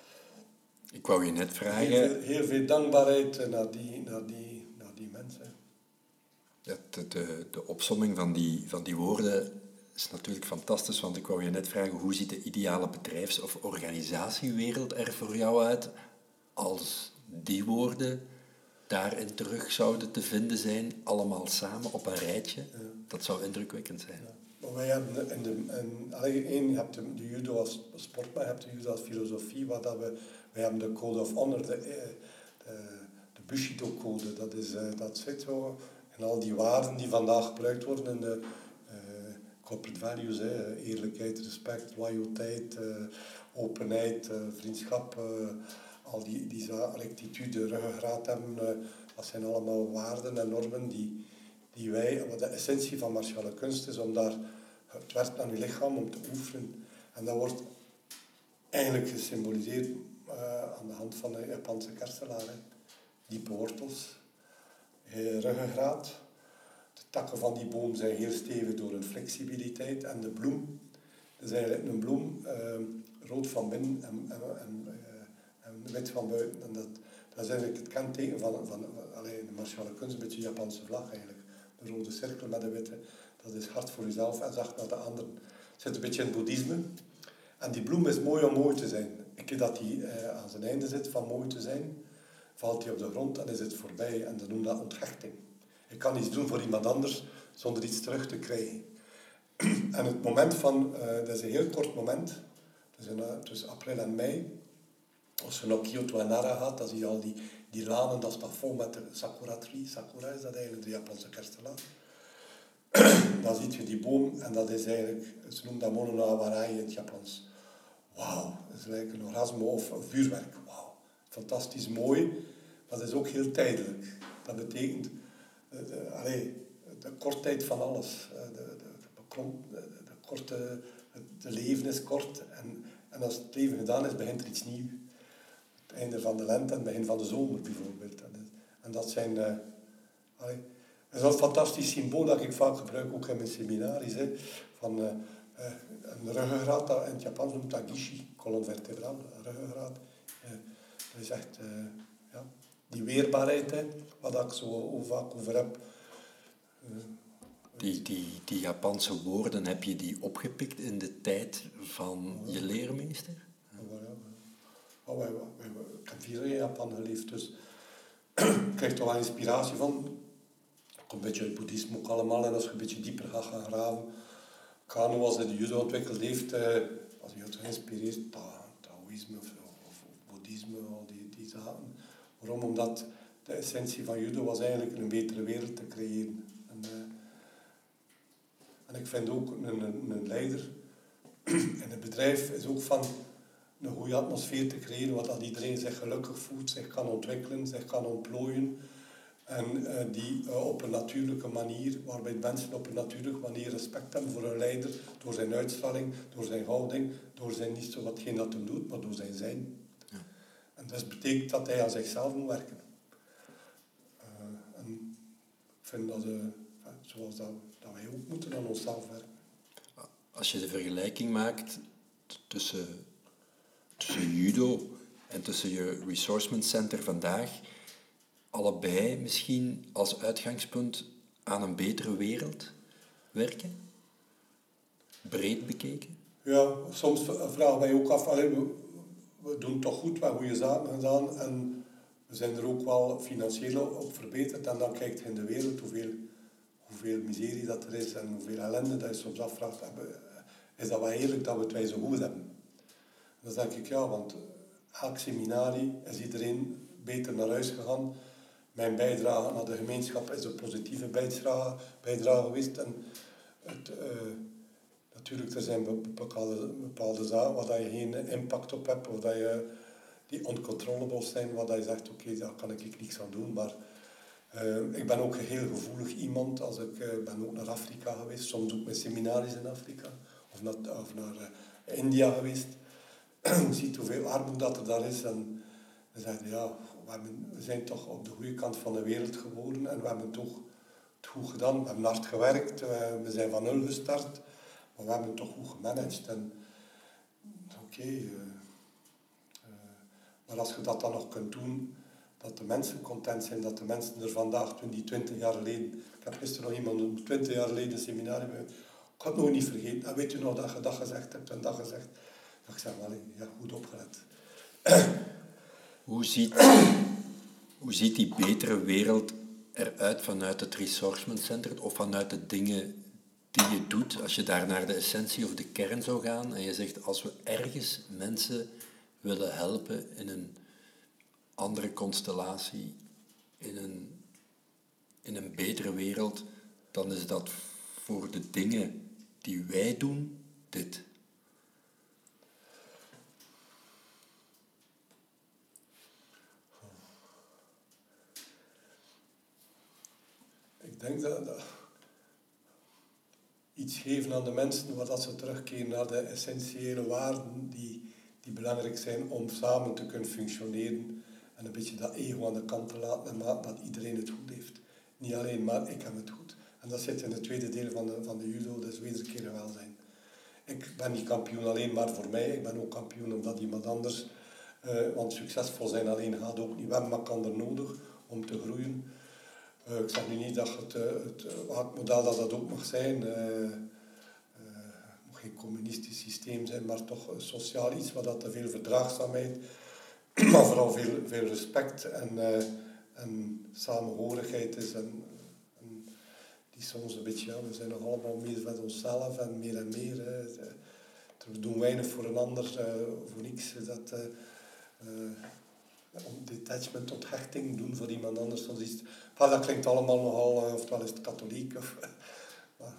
Ik wou je net vragen... Heel veel dankbaarheid naar die mensen. Ja, de opsomming van die woorden is natuurlijk fantastisch, want ik wou je net vragen, hoe ziet de ideale bedrijfs- of organisatiewereld er voor jou uit als die woorden daarin terug zouden te vinden zijn, allemaal samen op een rijtje? Ja. Dat zou indrukwekkend zijn. Ja. Maar wij hebben je hebt de judo als sport, maar je hebt de judo als filosofie, wij hebben de code of honor, de Bushido-code, dat zit zo. En al die waarden die vandaag gebruikt worden in de corporate values, eerlijkheid, respect, loyaliteit, openheid, vriendschap, al die rectitude, ruggengraat hebben, dat zijn allemaal waarden en normen die wij, wat de essentie van martiale kunst is, om daar het werkt aan je lichaam om te oefenen. En dat wordt eigenlijk gesymboliseerd aan de hand van de Japanse kerstelaar. Diepe wortels, ruggengraat. De takken van die boom zijn heel stevig door hun flexibiliteit. En de bloem, dat is eigenlijk een bloem, rood van binnen en wit van buiten. En dat is eigenlijk het kenteken van de martiale kunst, een beetje de Japanse vlag eigenlijk. De rode cirkel met de witte, dat is hard voor jezelf en zacht naar de anderen. Het zit een beetje in het boeddhisme. En die bloem is mooi om mooi te zijn. Een keer dat die aan zijn einde zit van mooi te zijn, valt hij op de grond en is het voorbij. En dan noemen we dat onthechting. Je kan iets doen voor iemand anders zonder iets terug te krijgen. En het moment dat is een heel kort moment, tussen april en mei. Als je naar Kyoto en Nara gaat, dan zie je al die lanen, dat staat vol met de sakura tree. Sakura is dat eigenlijk de Japanse kerstelaar. Dan zie je die boom en dat is eigenlijk, ze noemen dat mono no awarai in het Japans. Wauw, dat is eigenlijk een orgasme of een vuurwerk. Wauw, fantastisch mooi, maar dat is ook heel tijdelijk. Dat betekent de kortheid van alles. De leven is kort en als het leven gedaan is, begint er iets nieuws. Het einde van de lente en het begin van de zomer bijvoorbeeld. En dat zijn... dat is een fantastisch symbool dat ik vaak gebruik, ook in mijn seminaries. Van een ruggengraat, dat in het Japans noemt dat gishi, colonne vertebrale, ruggengraat. Dat is echt die weerbaarheid, waar ik zo vaak over heb. Die Japanse woorden, heb je die opgepikt in de tijd van je leermeester? Ik heb 4 jaar in Japan geleefd, dus ik krijg toch wel inspiratie van. Een beetje het boeddhisme ook allemaal, en als je een beetje dieper gaat gaan graven. Kano, als hij de judo ontwikkeld heeft, was hij geïnspireerd, Taoïsme of boeddhisme, al die zaken. Waarom? Omdat de essentie van judo was eigenlijk een betere wereld te creëren. En ik vind ook een leider in een bedrijf is ook van een goede atmosfeer te creëren, wat dat iedereen zich gelukkig voelt, zich kan ontwikkelen, zich kan ontplooien. En die op een natuurlijke manier, waarbij mensen op een natuurlijke manier respect hebben voor hun leider, door zijn uitstraling, door zijn houding, door zijn niet zo watgeen dat hem doet, maar door zijn zijn. Ja. En dat betekent dat hij aan zichzelf moet werken. En ik vind dat, zoals dat wij ook moeten aan onszelf werken. Als je de vergelijking maakt tussen judo en tussen je resourcement center vandaag, allebei misschien als uitgangspunt aan een betere wereld werken? Breed bekeken? Ja, soms vragen wij ook af, we doen toch goed, we hebben goede zaken gedaan en we zijn er ook wel financieel op verbeterd. En dan kijkt je in de wereld hoeveel miserie dat er is en hoeveel ellende dat je soms afvraagt. Is dat wel eerlijk dat we het zo goed hebben? Dan denk ik ja, want elk seminarie is iedereen beter naar huis gegaan. Mijn bijdrage naar de gemeenschap is een positieve bijdrage geweest. En natuurlijk, er zijn bepaalde zaken waar je geen impact op hebt, of dat je die uncontrollable zijn, waar je zegt, oké, daar kan ik niks aan doen. Maar ik ben ook een heel gevoelig iemand. Ik ben ook naar Afrika geweest, soms ook met seminaries in Afrika, of naar India geweest. Je ziet hoeveel armoede dat er daar is. En dan zeg je, ja, we zijn toch op de goede kant van de wereld geboren en we hebben toch het goed gedaan. We hebben hard gewerkt, we zijn van nul gestart, maar we hebben het toch goed gemanaged. En maar als je dat dan nog kunt doen, dat de mensen content zijn, dat de mensen er vandaag, toen die 20 jaar geleden, ik heb gisteren nog iemand 20 jaar geleden een seminarie bij, ik had het nog niet vergeten, en weet u nog dat je dat gezegd hebt en dat gezegd. Dat ik zeg, ja, goed opgelet. Hoe ziet die betere wereld eruit vanuit het Resourcement Center of vanuit de dingen die je doet, als je daar naar de essentie of de kern zou gaan en je zegt, als we ergens mensen willen helpen in een andere constellatie, in een betere wereld, dan is dat voor de dingen die wij doen, dit. Ik denk dat iets geven aan de mensen, waar dat ze terugkeren naar de essentiële waarden die belangrijk zijn om samen te kunnen functioneren en een beetje dat ego aan de kant te laten en maken dat iedereen het goed heeft. Niet alleen maar ik heb het goed. En dat zit in het tweede deel van de judo, dat is wederkerig welzijn. Ik ben niet kampioen alleen maar voor mij, ik ben ook kampioen omdat iemand anders, want succesvol zijn alleen gaat ook niet. We hebben elkaar nodig om te groeien. Ik zeg nu niet dat het model dat ook mag zijn. Het moet geen communistisch systeem zijn, maar toch sociaal iets waar dat te veel verdraagzaamheid, maar vooral veel respect en samenhorigheid is. En die soms een beetje, we zijn nog allemaal meer met onszelf en meer. We doen weinig voor een ander, voor niks. Detachment, onthechting doen voor iemand anders. Dat klinkt allemaal nogal, oftewel is het katholiek. Maar,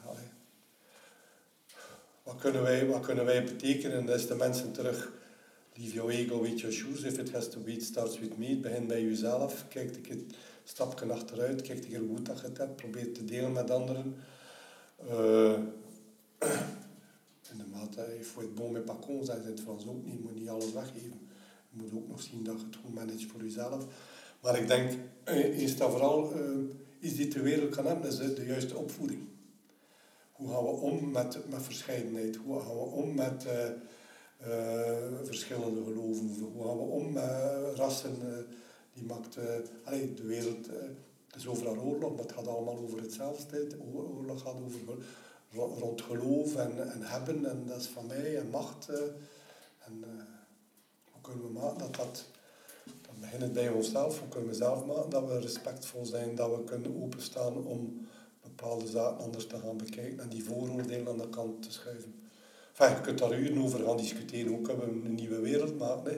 wat kunnen wij betekenen? Dat is de mensen terug. Leave your ego with your shoes. If it has to be, it starts with me. Het begint bij jezelf. Kijk een keer een stapje achteruit. Kijk een keer hoe goed dat je het hebt. Probeer te delen met anderen. In de mate, il faut être bon mais pas con, zeggen ze in het Frans ook niet. Je moet niet alles weggeven. Je moet ook nog zien dat je het goed managt voor jezelf. Maar ik denk, eerst en vooral, iets die de wereld kan hebben, is de juiste opvoeding. Hoe gaan we om met verscheidenheid? Hoe gaan we om met verschillende geloven? Hoe gaan we om met rassen? Die maakt de wereld, het is overal oorlog, maar het gaat allemaal over hetzelfde. Oorlog gaat over rond geloof en hebben, en dat is van mij, en macht. Hoe kunnen we maken dat begint het bij onszelf, hoe kunnen we zelf maken dat we respectvol zijn, dat we kunnen openstaan om bepaalde zaken anders te gaan bekijken en die vooroordelen aan de kant te schuiven. Enfin, je kunt daar uren over gaan discussiëren, hoe kunnen we een nieuwe wereld maken.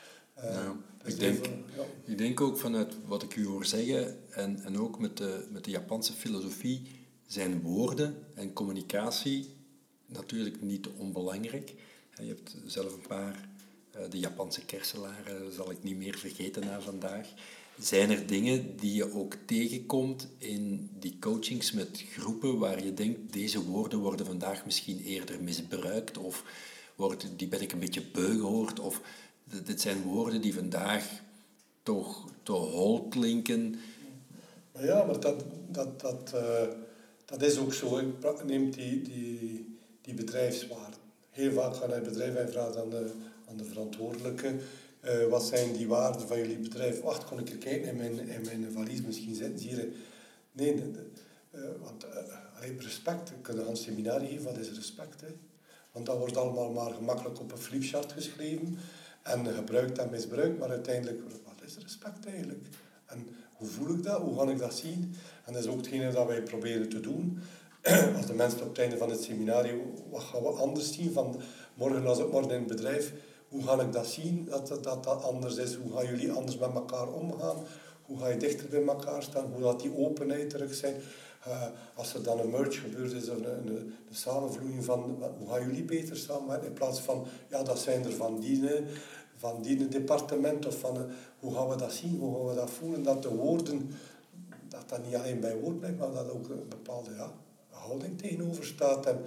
Ik denk ook vanuit wat ik u hoor zeggen en ook met de Japanse filosofie zijn woorden en communicatie natuurlijk niet onbelangrijk. Je hebt zelf een paar, de Japanse kerselaren zal ik niet meer vergeten na vandaag. Zijn er dingen die je ook tegenkomt in die coachings met groepen waar je denkt, deze woorden worden vandaag misschien eerder misbruikt of die ben ik een beetje beu gehoord of dit zijn woorden die vandaag toch te hol klinken. Ja, maar dat is ook zo. Neemt die bedrijfswaarden. Heel vaak gaan naar het bedrijf en vragen aan de verantwoordelijke, wat zijn die waarden van jullie bedrijf? Wacht, kon ik er kijken in mijn valies, misschien zitten ze hier. Nee, want respect, we kunnen een seminarie geven, wat is respect? Hè? Want dat wordt allemaal maar gemakkelijk op een flipchart geschreven en gebruikt en misbruikt, maar uiteindelijk, wat is respect eigenlijk? En hoe voel ik dat? Hoe ga ik dat zien? En dat is ook hetgene dat wij proberen te doen. Als de mensen op het einde van het seminarie, wat gaan we anders zien van morgen als het morgen in het bedrijf? Hoe ga ik dat zien, dat anders is? Hoe gaan jullie anders met elkaar omgaan? Hoe ga je dichter bij elkaar staan? Hoe gaat die openheid terug zijn? Als er dan een merge gebeurt, is er een samenvloeiing van hoe gaan jullie beter samenwerken? In plaats van, ja, dat zijn er van die departement of van hoe gaan we dat zien? Hoe gaan we dat voelen? Dat de woorden, dat niet alleen bij woord blijft, maar dat ook een bepaalde houding tegenover staat. En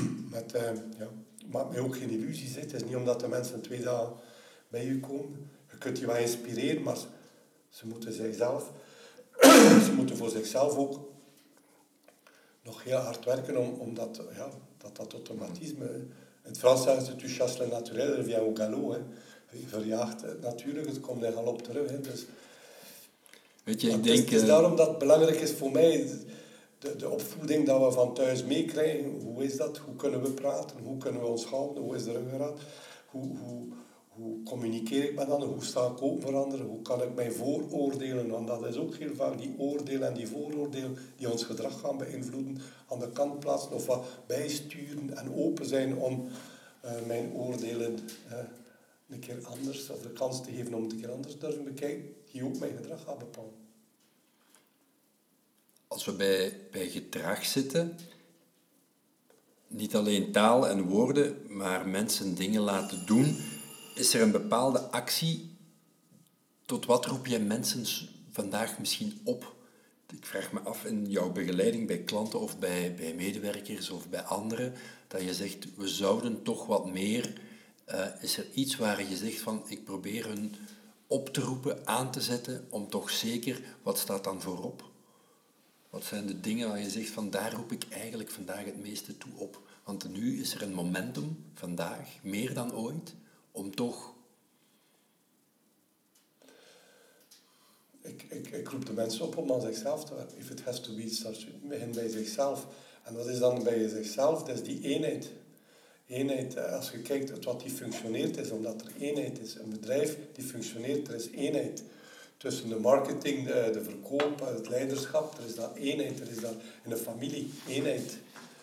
maakt mij ook geen illusies. Het is niet omdat de mensen 2 dagen bij u komen. je kunt die wel inspireren, maar ze moeten voor zichzelf ook nog heel hard werken om dat automatisme. In het Frans zeggen ze tu chasses le naturel, elle vient au galop. Hè. Je verjaagt het natuurlijk, het komt in galop terug. Hè. Dus, weet je, het is daarom dat het belangrijk is voor mij, de opvoeding dat we van thuis meekrijgen. Hoe is dat? Hoe kunnen we praten? Hoe kunnen we ons houden? Hoe is de ruggengraat? Hoe communiceer ik met anderen? Hoe sta ik open voor anderen? Hoe kan ik mij vooroordelen? Want dat is ook heel vaak die oordelen en die vooroordelen die ons gedrag gaan beïnvloeden, aan de kant plaatsen of wat bijsturen en open zijn om mijn oordelen een keer anders, of de kans te geven om het een keer anders durven bekijken, die ook mijn gedrag gaat bepalen. Als we bij gedrag zitten, niet alleen taal en woorden, maar mensen dingen laten doen, is er een bepaalde actie. Tot wat roep je mensen vandaag misschien op? Ik vraag me af in jouw begeleiding bij klanten of bij medewerkers of bij anderen, dat je zegt, we zouden toch wat meer. Is er iets waar je zegt van, ik probeer hun op te roepen, aan te zetten, om toch zeker, wat staat dan voorop? Wat zijn de dingen waar je zegt van, daar roep ik eigenlijk vandaag het meeste toe op? Want nu is er een momentum, vandaag, meer dan ooit, om toch... Ik roep de mensen op om aan zichzelf te werken. If it has to be, start begin bij zichzelf. En wat is dan bij zichzelf? Dat is die eenheid. Eenheid, als je kijkt wat die functioneert, is omdat er eenheid is. Een bedrijf die functioneert, er is eenheid. Tussen de marketing, de verkoop, het leiderschap, er is daar eenheid. Er is daar in de familie eenheid.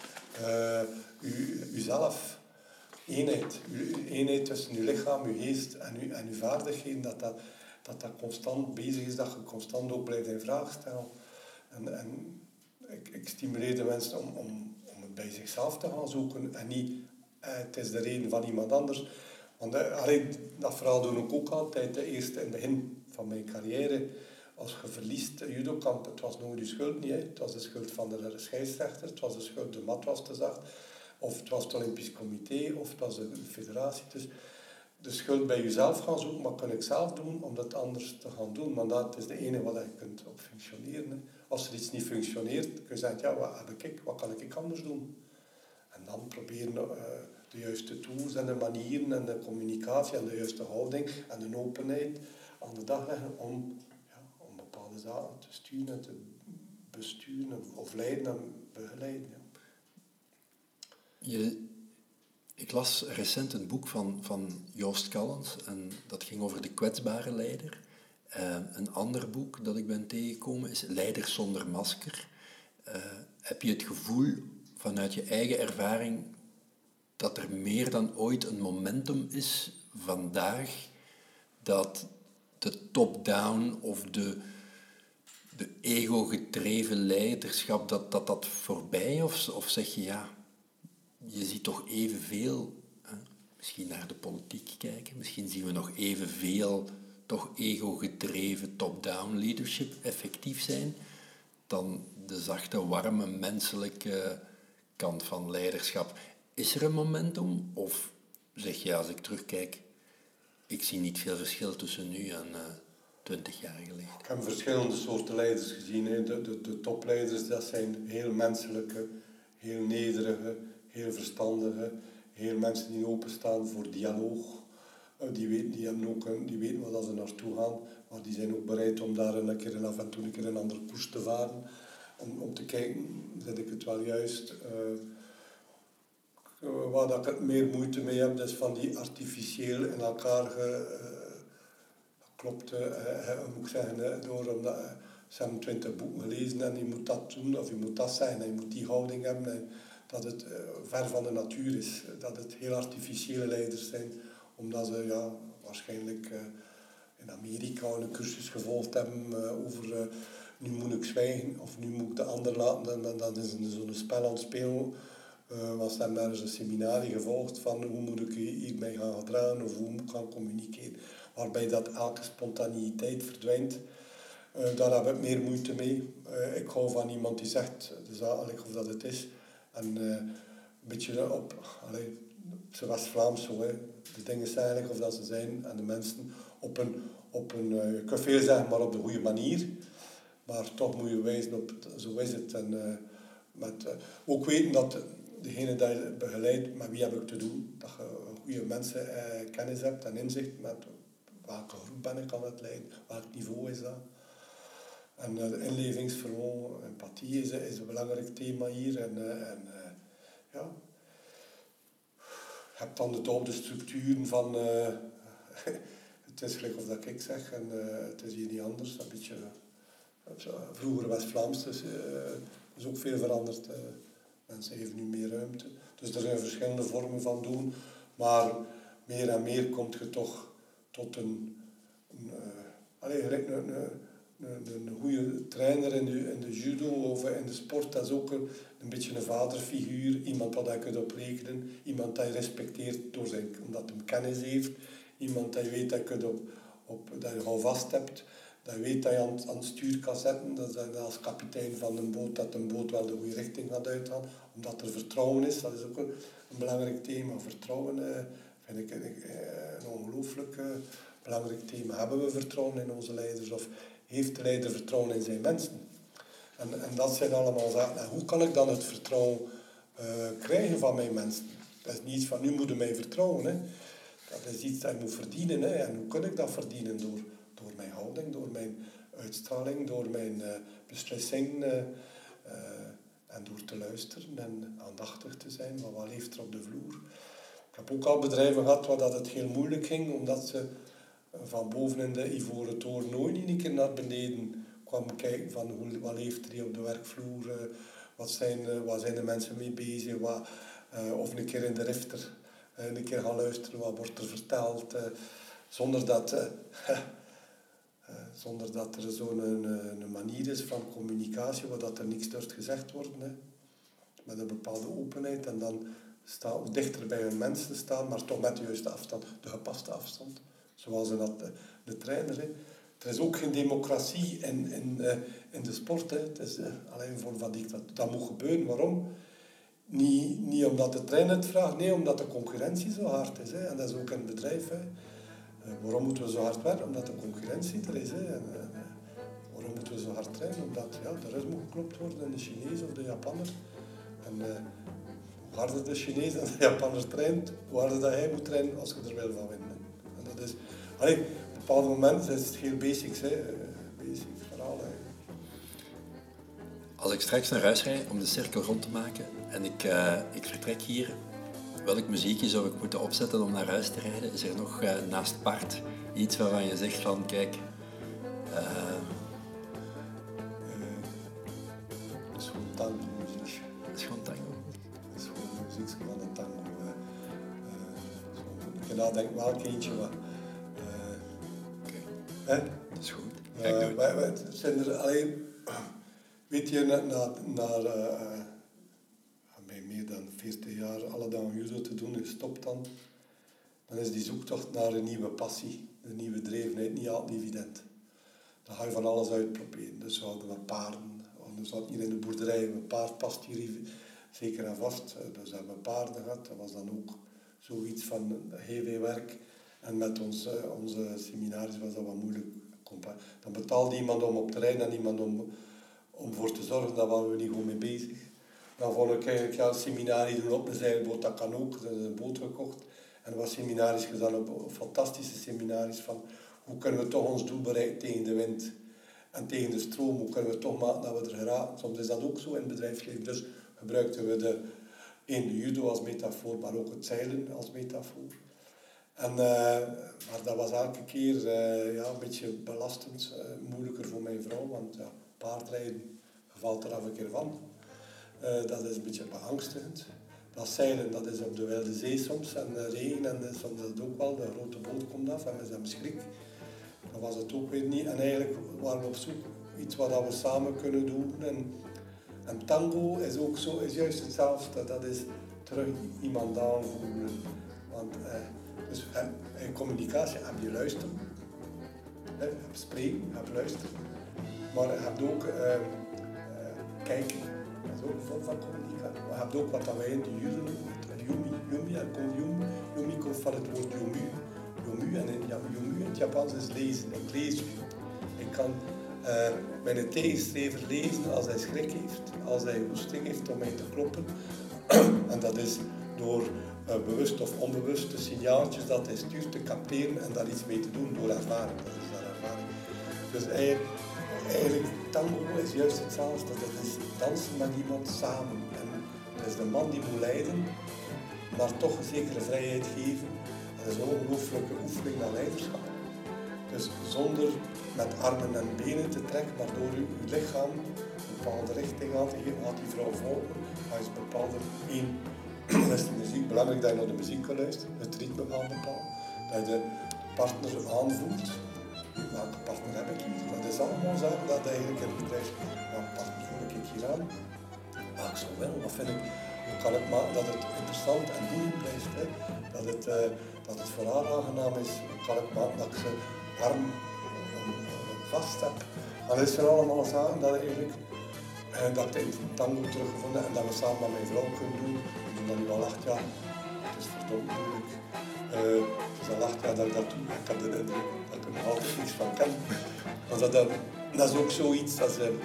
Uzelf. Eenheid tussen uw lichaam, uw geest en uw vaardigheden, dat constant bezig is, dat je constant ook blijft in vraag stellen. En ik stimuleer de mensen om het bij zichzelf te gaan zoeken en niet het is de reden van iemand anders. Want dat verhaal doe ik ook altijd. Eerst in het begin van mijn carrière, als je verliest judokamp, het was nooit je schuld niet. Hè. Het was de schuld van de scheidsrechter, het was de schuld, de mat was te zacht, of het was het Olympisch Comité, of het was de federatie. Dus de schuld bij jezelf gaan zoeken, wat kan ik zelf doen om dat anders te gaan doen? Want dat is de enige wat je kunt op functioneren. Hè. Als er iets niet functioneert, kun je zeggen, ja, wat kan ik anders doen? En dan proberen de juiste tools en de manieren en de communicatie en de juiste houding en de openheid aan de dag leggen om bepaalde zaken te sturen en te besturen of leiden en begeleiden. Ja. Ik las recent een boek van Joost Callens en dat ging over de kwetsbare leider. Een ander boek dat ik ben tegengekomen is Leiders zonder masker. Heb je het gevoel vanuit je eigen ervaring dat er meer dan ooit een momentum is vandaag dat de top-down of de ego-gedreven leiderschap, dat voorbij of zeg je ja, je ziet toch evenveel, misschien naar de politiek kijken, misschien zien we nog evenveel toch ego-gedreven top-down leadership effectief zijn dan de zachte, warme, menselijke kant van leiderschap. Is er een momentum of zeg je als ik terugkijk, ik zie niet veel verschil tussen nu en 20 jaar geleden? Ik heb verschillende soorten leiders gezien. Hè. De topleiders, dat zijn heel menselijke, heel nederige, heel verstandige, heel mensen die openstaan voor dialoog. Die weten waar ze naartoe gaan, maar die zijn ook bereid om daar af en toe een andere koers te varen. Om te kijken, zet ik het wel juist. Waar ik het meer moeite mee heb, dat is van die artificieel in elkaar geklopte, moet ik zeggen, omdat ze hebben 20 boeken gelezen en je moet dat doen of je moet dat zijn en je moet die houding hebben. En dat het ver van de natuur is, dat het heel artificiële leiders zijn, omdat ze waarschijnlijk in Amerika een cursus gevolgd hebben over nu moet ik zwijgen of nu moet ik de ander laten en dan is er zo'n spel aan het spelen. Want ze hebben ergens een seminarie gevolgd van hoe moet ik hiermee gaan gedragen of hoe moet ik gaan communiceren. Waarbij dat elke spontaniteit verdwijnt. Daar heb ik meer moeite mee. Ik hou van iemand die zegt de zaak of dat het is. En een beetje op zijn West-Vlaams zo. Hè. De dingen zijn eigenlijk of dat ze zijn en de mensen je kunt veel zeggen, maar op de goede manier. Maar toch moet je wijzen op, zo is het. En ook weten dat degene die je begeleidt, met wie heb ik te doen, dat je goede mensen kennis hebt en inzicht met welke groep ben ik aan het leiden, welk niveau is dat. En inlevingsvermogen, empathie is een belangrijk thema hier. Ja. Je hebt dan de structuren van... het is gelijk of dat ik zeg, en het is hier niet anders. Een beetje, vroeger West-Vlaams, is ook veel veranderd. Mensen geven nu meer ruimte. Dus er zijn verschillende vormen van doen. Maar meer en meer komt je toch tot een goede trainer in de judo of in de sport. Dat is ook een beetje een vaderfiguur. Iemand waar je kunt op rekenen. Iemand dat je respecteert omdat hij kennis heeft. Iemand dat je weet dat je gewoon vast hebt. Dat je weet dat je aan het stuur kan zetten. Dat je als kapitein van een boot, dat een boot wel de goede richting gaat uitgaan. Omdat er vertrouwen is. Dat is ook een belangrijk thema. Vertrouwen vind ik een ongelooflijk belangrijk thema. Hebben we vertrouwen in onze leiders? Of heeft de leider vertrouwen in zijn mensen? En dat zijn allemaal zaken. En hoe kan ik dan het vertrouwen krijgen van mijn mensen? Dat is niet iets van, nu moet je mij vertrouwen. Hè. Dat is iets dat je moet verdienen. Hè. En hoe kan ik dat verdienen? Door mijn houding, door mijn uitstraling, door mijn beslissing. En door te luisteren en aandachtig te zijn. Maar wat leeft er op de vloer? Ik heb ook al bedrijven gehad waar dat het heel moeilijk ging, omdat ze van boven in de Ivoren Toren nooit een keer naar beneden kwamen kijken van wat leeft er hier op de werkvloer, waar zijn de mensen mee bezig, of een keer in de rifter, een keer gaan luisteren, wat wordt er verteld, zonder dat er zo'n manier is van communicatie, waar dat er niks durft gezegd wordt, hè. Met een bepaalde openheid en dan dichter bij hun mensen staan, maar toch met de juiste afstand, de gepaste afstand. Zoals in de trainer. Hè. Er is ook geen democratie in de sport. Hè. Het is alleen een vorm van dictatuur. Dat moet gebeuren. Waarom? Niet omdat de trainer het vraagt, nee, omdat de concurrentie zo hard is. Hè. En dat is ook in het bedrijf. Hè. Waarom moeten we zo hard werken? Omdat de concurrentie er is. Hè. Waarom moeten we zo hard trainen? Omdat de Rus moet geklopt worden en de Chinees of de Japanner. En hoe harder de Chinees en de Japanner traint, hoe harder dat hij moet trainen als je er wil van winnen. En dat is, op een bepaald moment is het heel basics, hè. Basic verhaal. Hè. Als ik straks naar huis rijd om de cirkel rond te maken en ik vertrek hier, welk muziekje zou ik moeten opzetten om naar huis te rijden? Is er nog naast paard iets waarvan je zegt van kijk... Dat is gewoon tango-muziek. Dat is gewoon tango. Dat is gewoon muziek van een tango. Ik nadenk welk eentje wat. Okay. Dat is goed. Het zijn er alleen... Weet je, bij meer dan 40 jaar alle dagen judo te doen, je stopt dan is die zoektocht naar een nieuwe passie, een nieuwe drevenheid niet altijd evident. Dan ga je van alles uitproberen. Dus we hadden wat paarden, we zaten hier in de boerderij, een paard past hier zeker en vast. Dus we hebben paarden gehad, dat was dan ook zoiets van heel veel werk. En met onze seminaries was dat wat moeilijk. Dan betaalde iemand om op te rijden en iemand om voor te zorgen, daar waren we niet gewoon mee bezig. Dan vond ik eigenlijk, een seminarie doen op een zeilboot, dat kan ook. Er is een boot gekocht. En er was seminaries gedaan, op fantastische seminaries van hoe kunnen we toch ons doel bereiken tegen de wind en tegen de stroom. Hoe kunnen we toch maken dat we er geraken. Soms is dat ook zo in het bedrijfsleven. Dus gebruikten we de judo als metafoor, maar ook het zeilen als metafoor. Maar dat was elke keer een beetje belastend, moeilijker voor mijn vrouw, want paardrijden valt er af een keer van. Dat is een beetje beangstigend. Dat zeilen, dat is op de wilde zee soms, en regen, en soms is het ook wel, de grote boot komt af en we zijn schrik. Dat was het ook weer niet. En eigenlijk waren we op zoek iets wat we samen kunnen doen. En tango is ook zo, is juist hetzelfde. Dat is terug iemand aanvoelen. Want dus in communicatie heb je luisteren, je hebt spreken, je hebt luisteren, maar je hebt ook kijken. Dat is ook een vorm van communicatie. Maar je hebt ook wat wij in de judo noemen, yumi. Yumi komt van het woord yomu. yomu. En yomu in het Japans is lezen. Ik lees u. Ik kan mijn tegenstrever lezen als hij schrik heeft, als hij hoesting heeft om mij te kloppen. En dat is door bewust of onbewust de signaaltjes dat hij stuurt te capteren en daar iets mee te doen door ervaring. Dat is daar ervaring. Dus eigenlijk tango is juist hetzelfde. Dat is dansen met iemand samen. En het is de man die moet leiden, maar toch een zekere vrijheid geven. Dat is een ongelooflijke oefening van leiderschap. Dus zonder met armen en benen te trekken, maar door uw lichaam een bepaalde richting aan te geven, laat die vrouw volgen, ga je een bepaalde één. Dat is de muziek. Belangrijk dat je naar de muziek kan luisteren, het ritme gaan bepalen, dat je de partner aanvoelt. Welke partner heb ik hier? Dat is allemaal zaken dat eigenlijk in het bedrijf. Welke partner voel ik hier aan? Maar ik zou wel, wat vind ik, hoe kan ik maken dat het interessant en boeiend blijft? Hè? Dat het voor haar aangenaam is, hoe kan ik maken dat ik ze warm vast heb? Dat zijn allemaal zaken dat eigenlijk dat ik in tango teruggevonden heb en dat we samen met mijn vrouw kunnen doen. En dan nu al 8 jaar, het is verdomd moeilijk. Het is al 8 jaar dat ik dat doe. Ik heb de indruk dat ik er nog altijd niets van ken. Want dat is ook zoiets dat ze...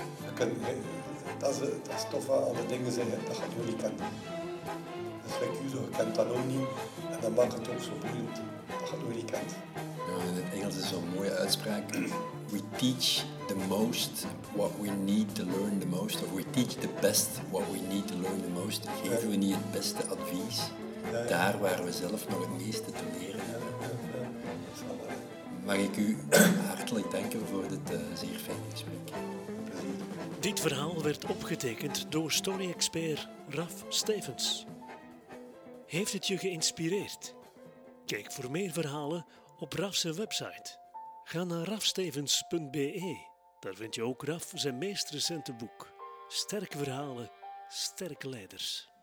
Dat is tof aan de dingen zeggen, dat gaat je niet kennen. Dat is like je kent dat ook niet en dat maakt het ook zo boeiend. Dat gaat je niet kent. Ja, in het Engels is zo'n mooie uitspraak. We teach the most what we need to learn the most. Of we teach the best what we need to learn the most. Geven we niet het beste advies daar waar we zelf nog het meeste te leren hebben. Mag ik u hartelijk danken voor dit zeer fijne gesprek. Dit verhaal werd opgetekend door story-expert Raf Stevens. Heeft het je geïnspireerd? Kijk voor meer verhalen op Raf's website. Ga naar rafstevens.be. Daar vind je ook Raf zijn meest recente boek. Sterke verhalen, sterke leiders.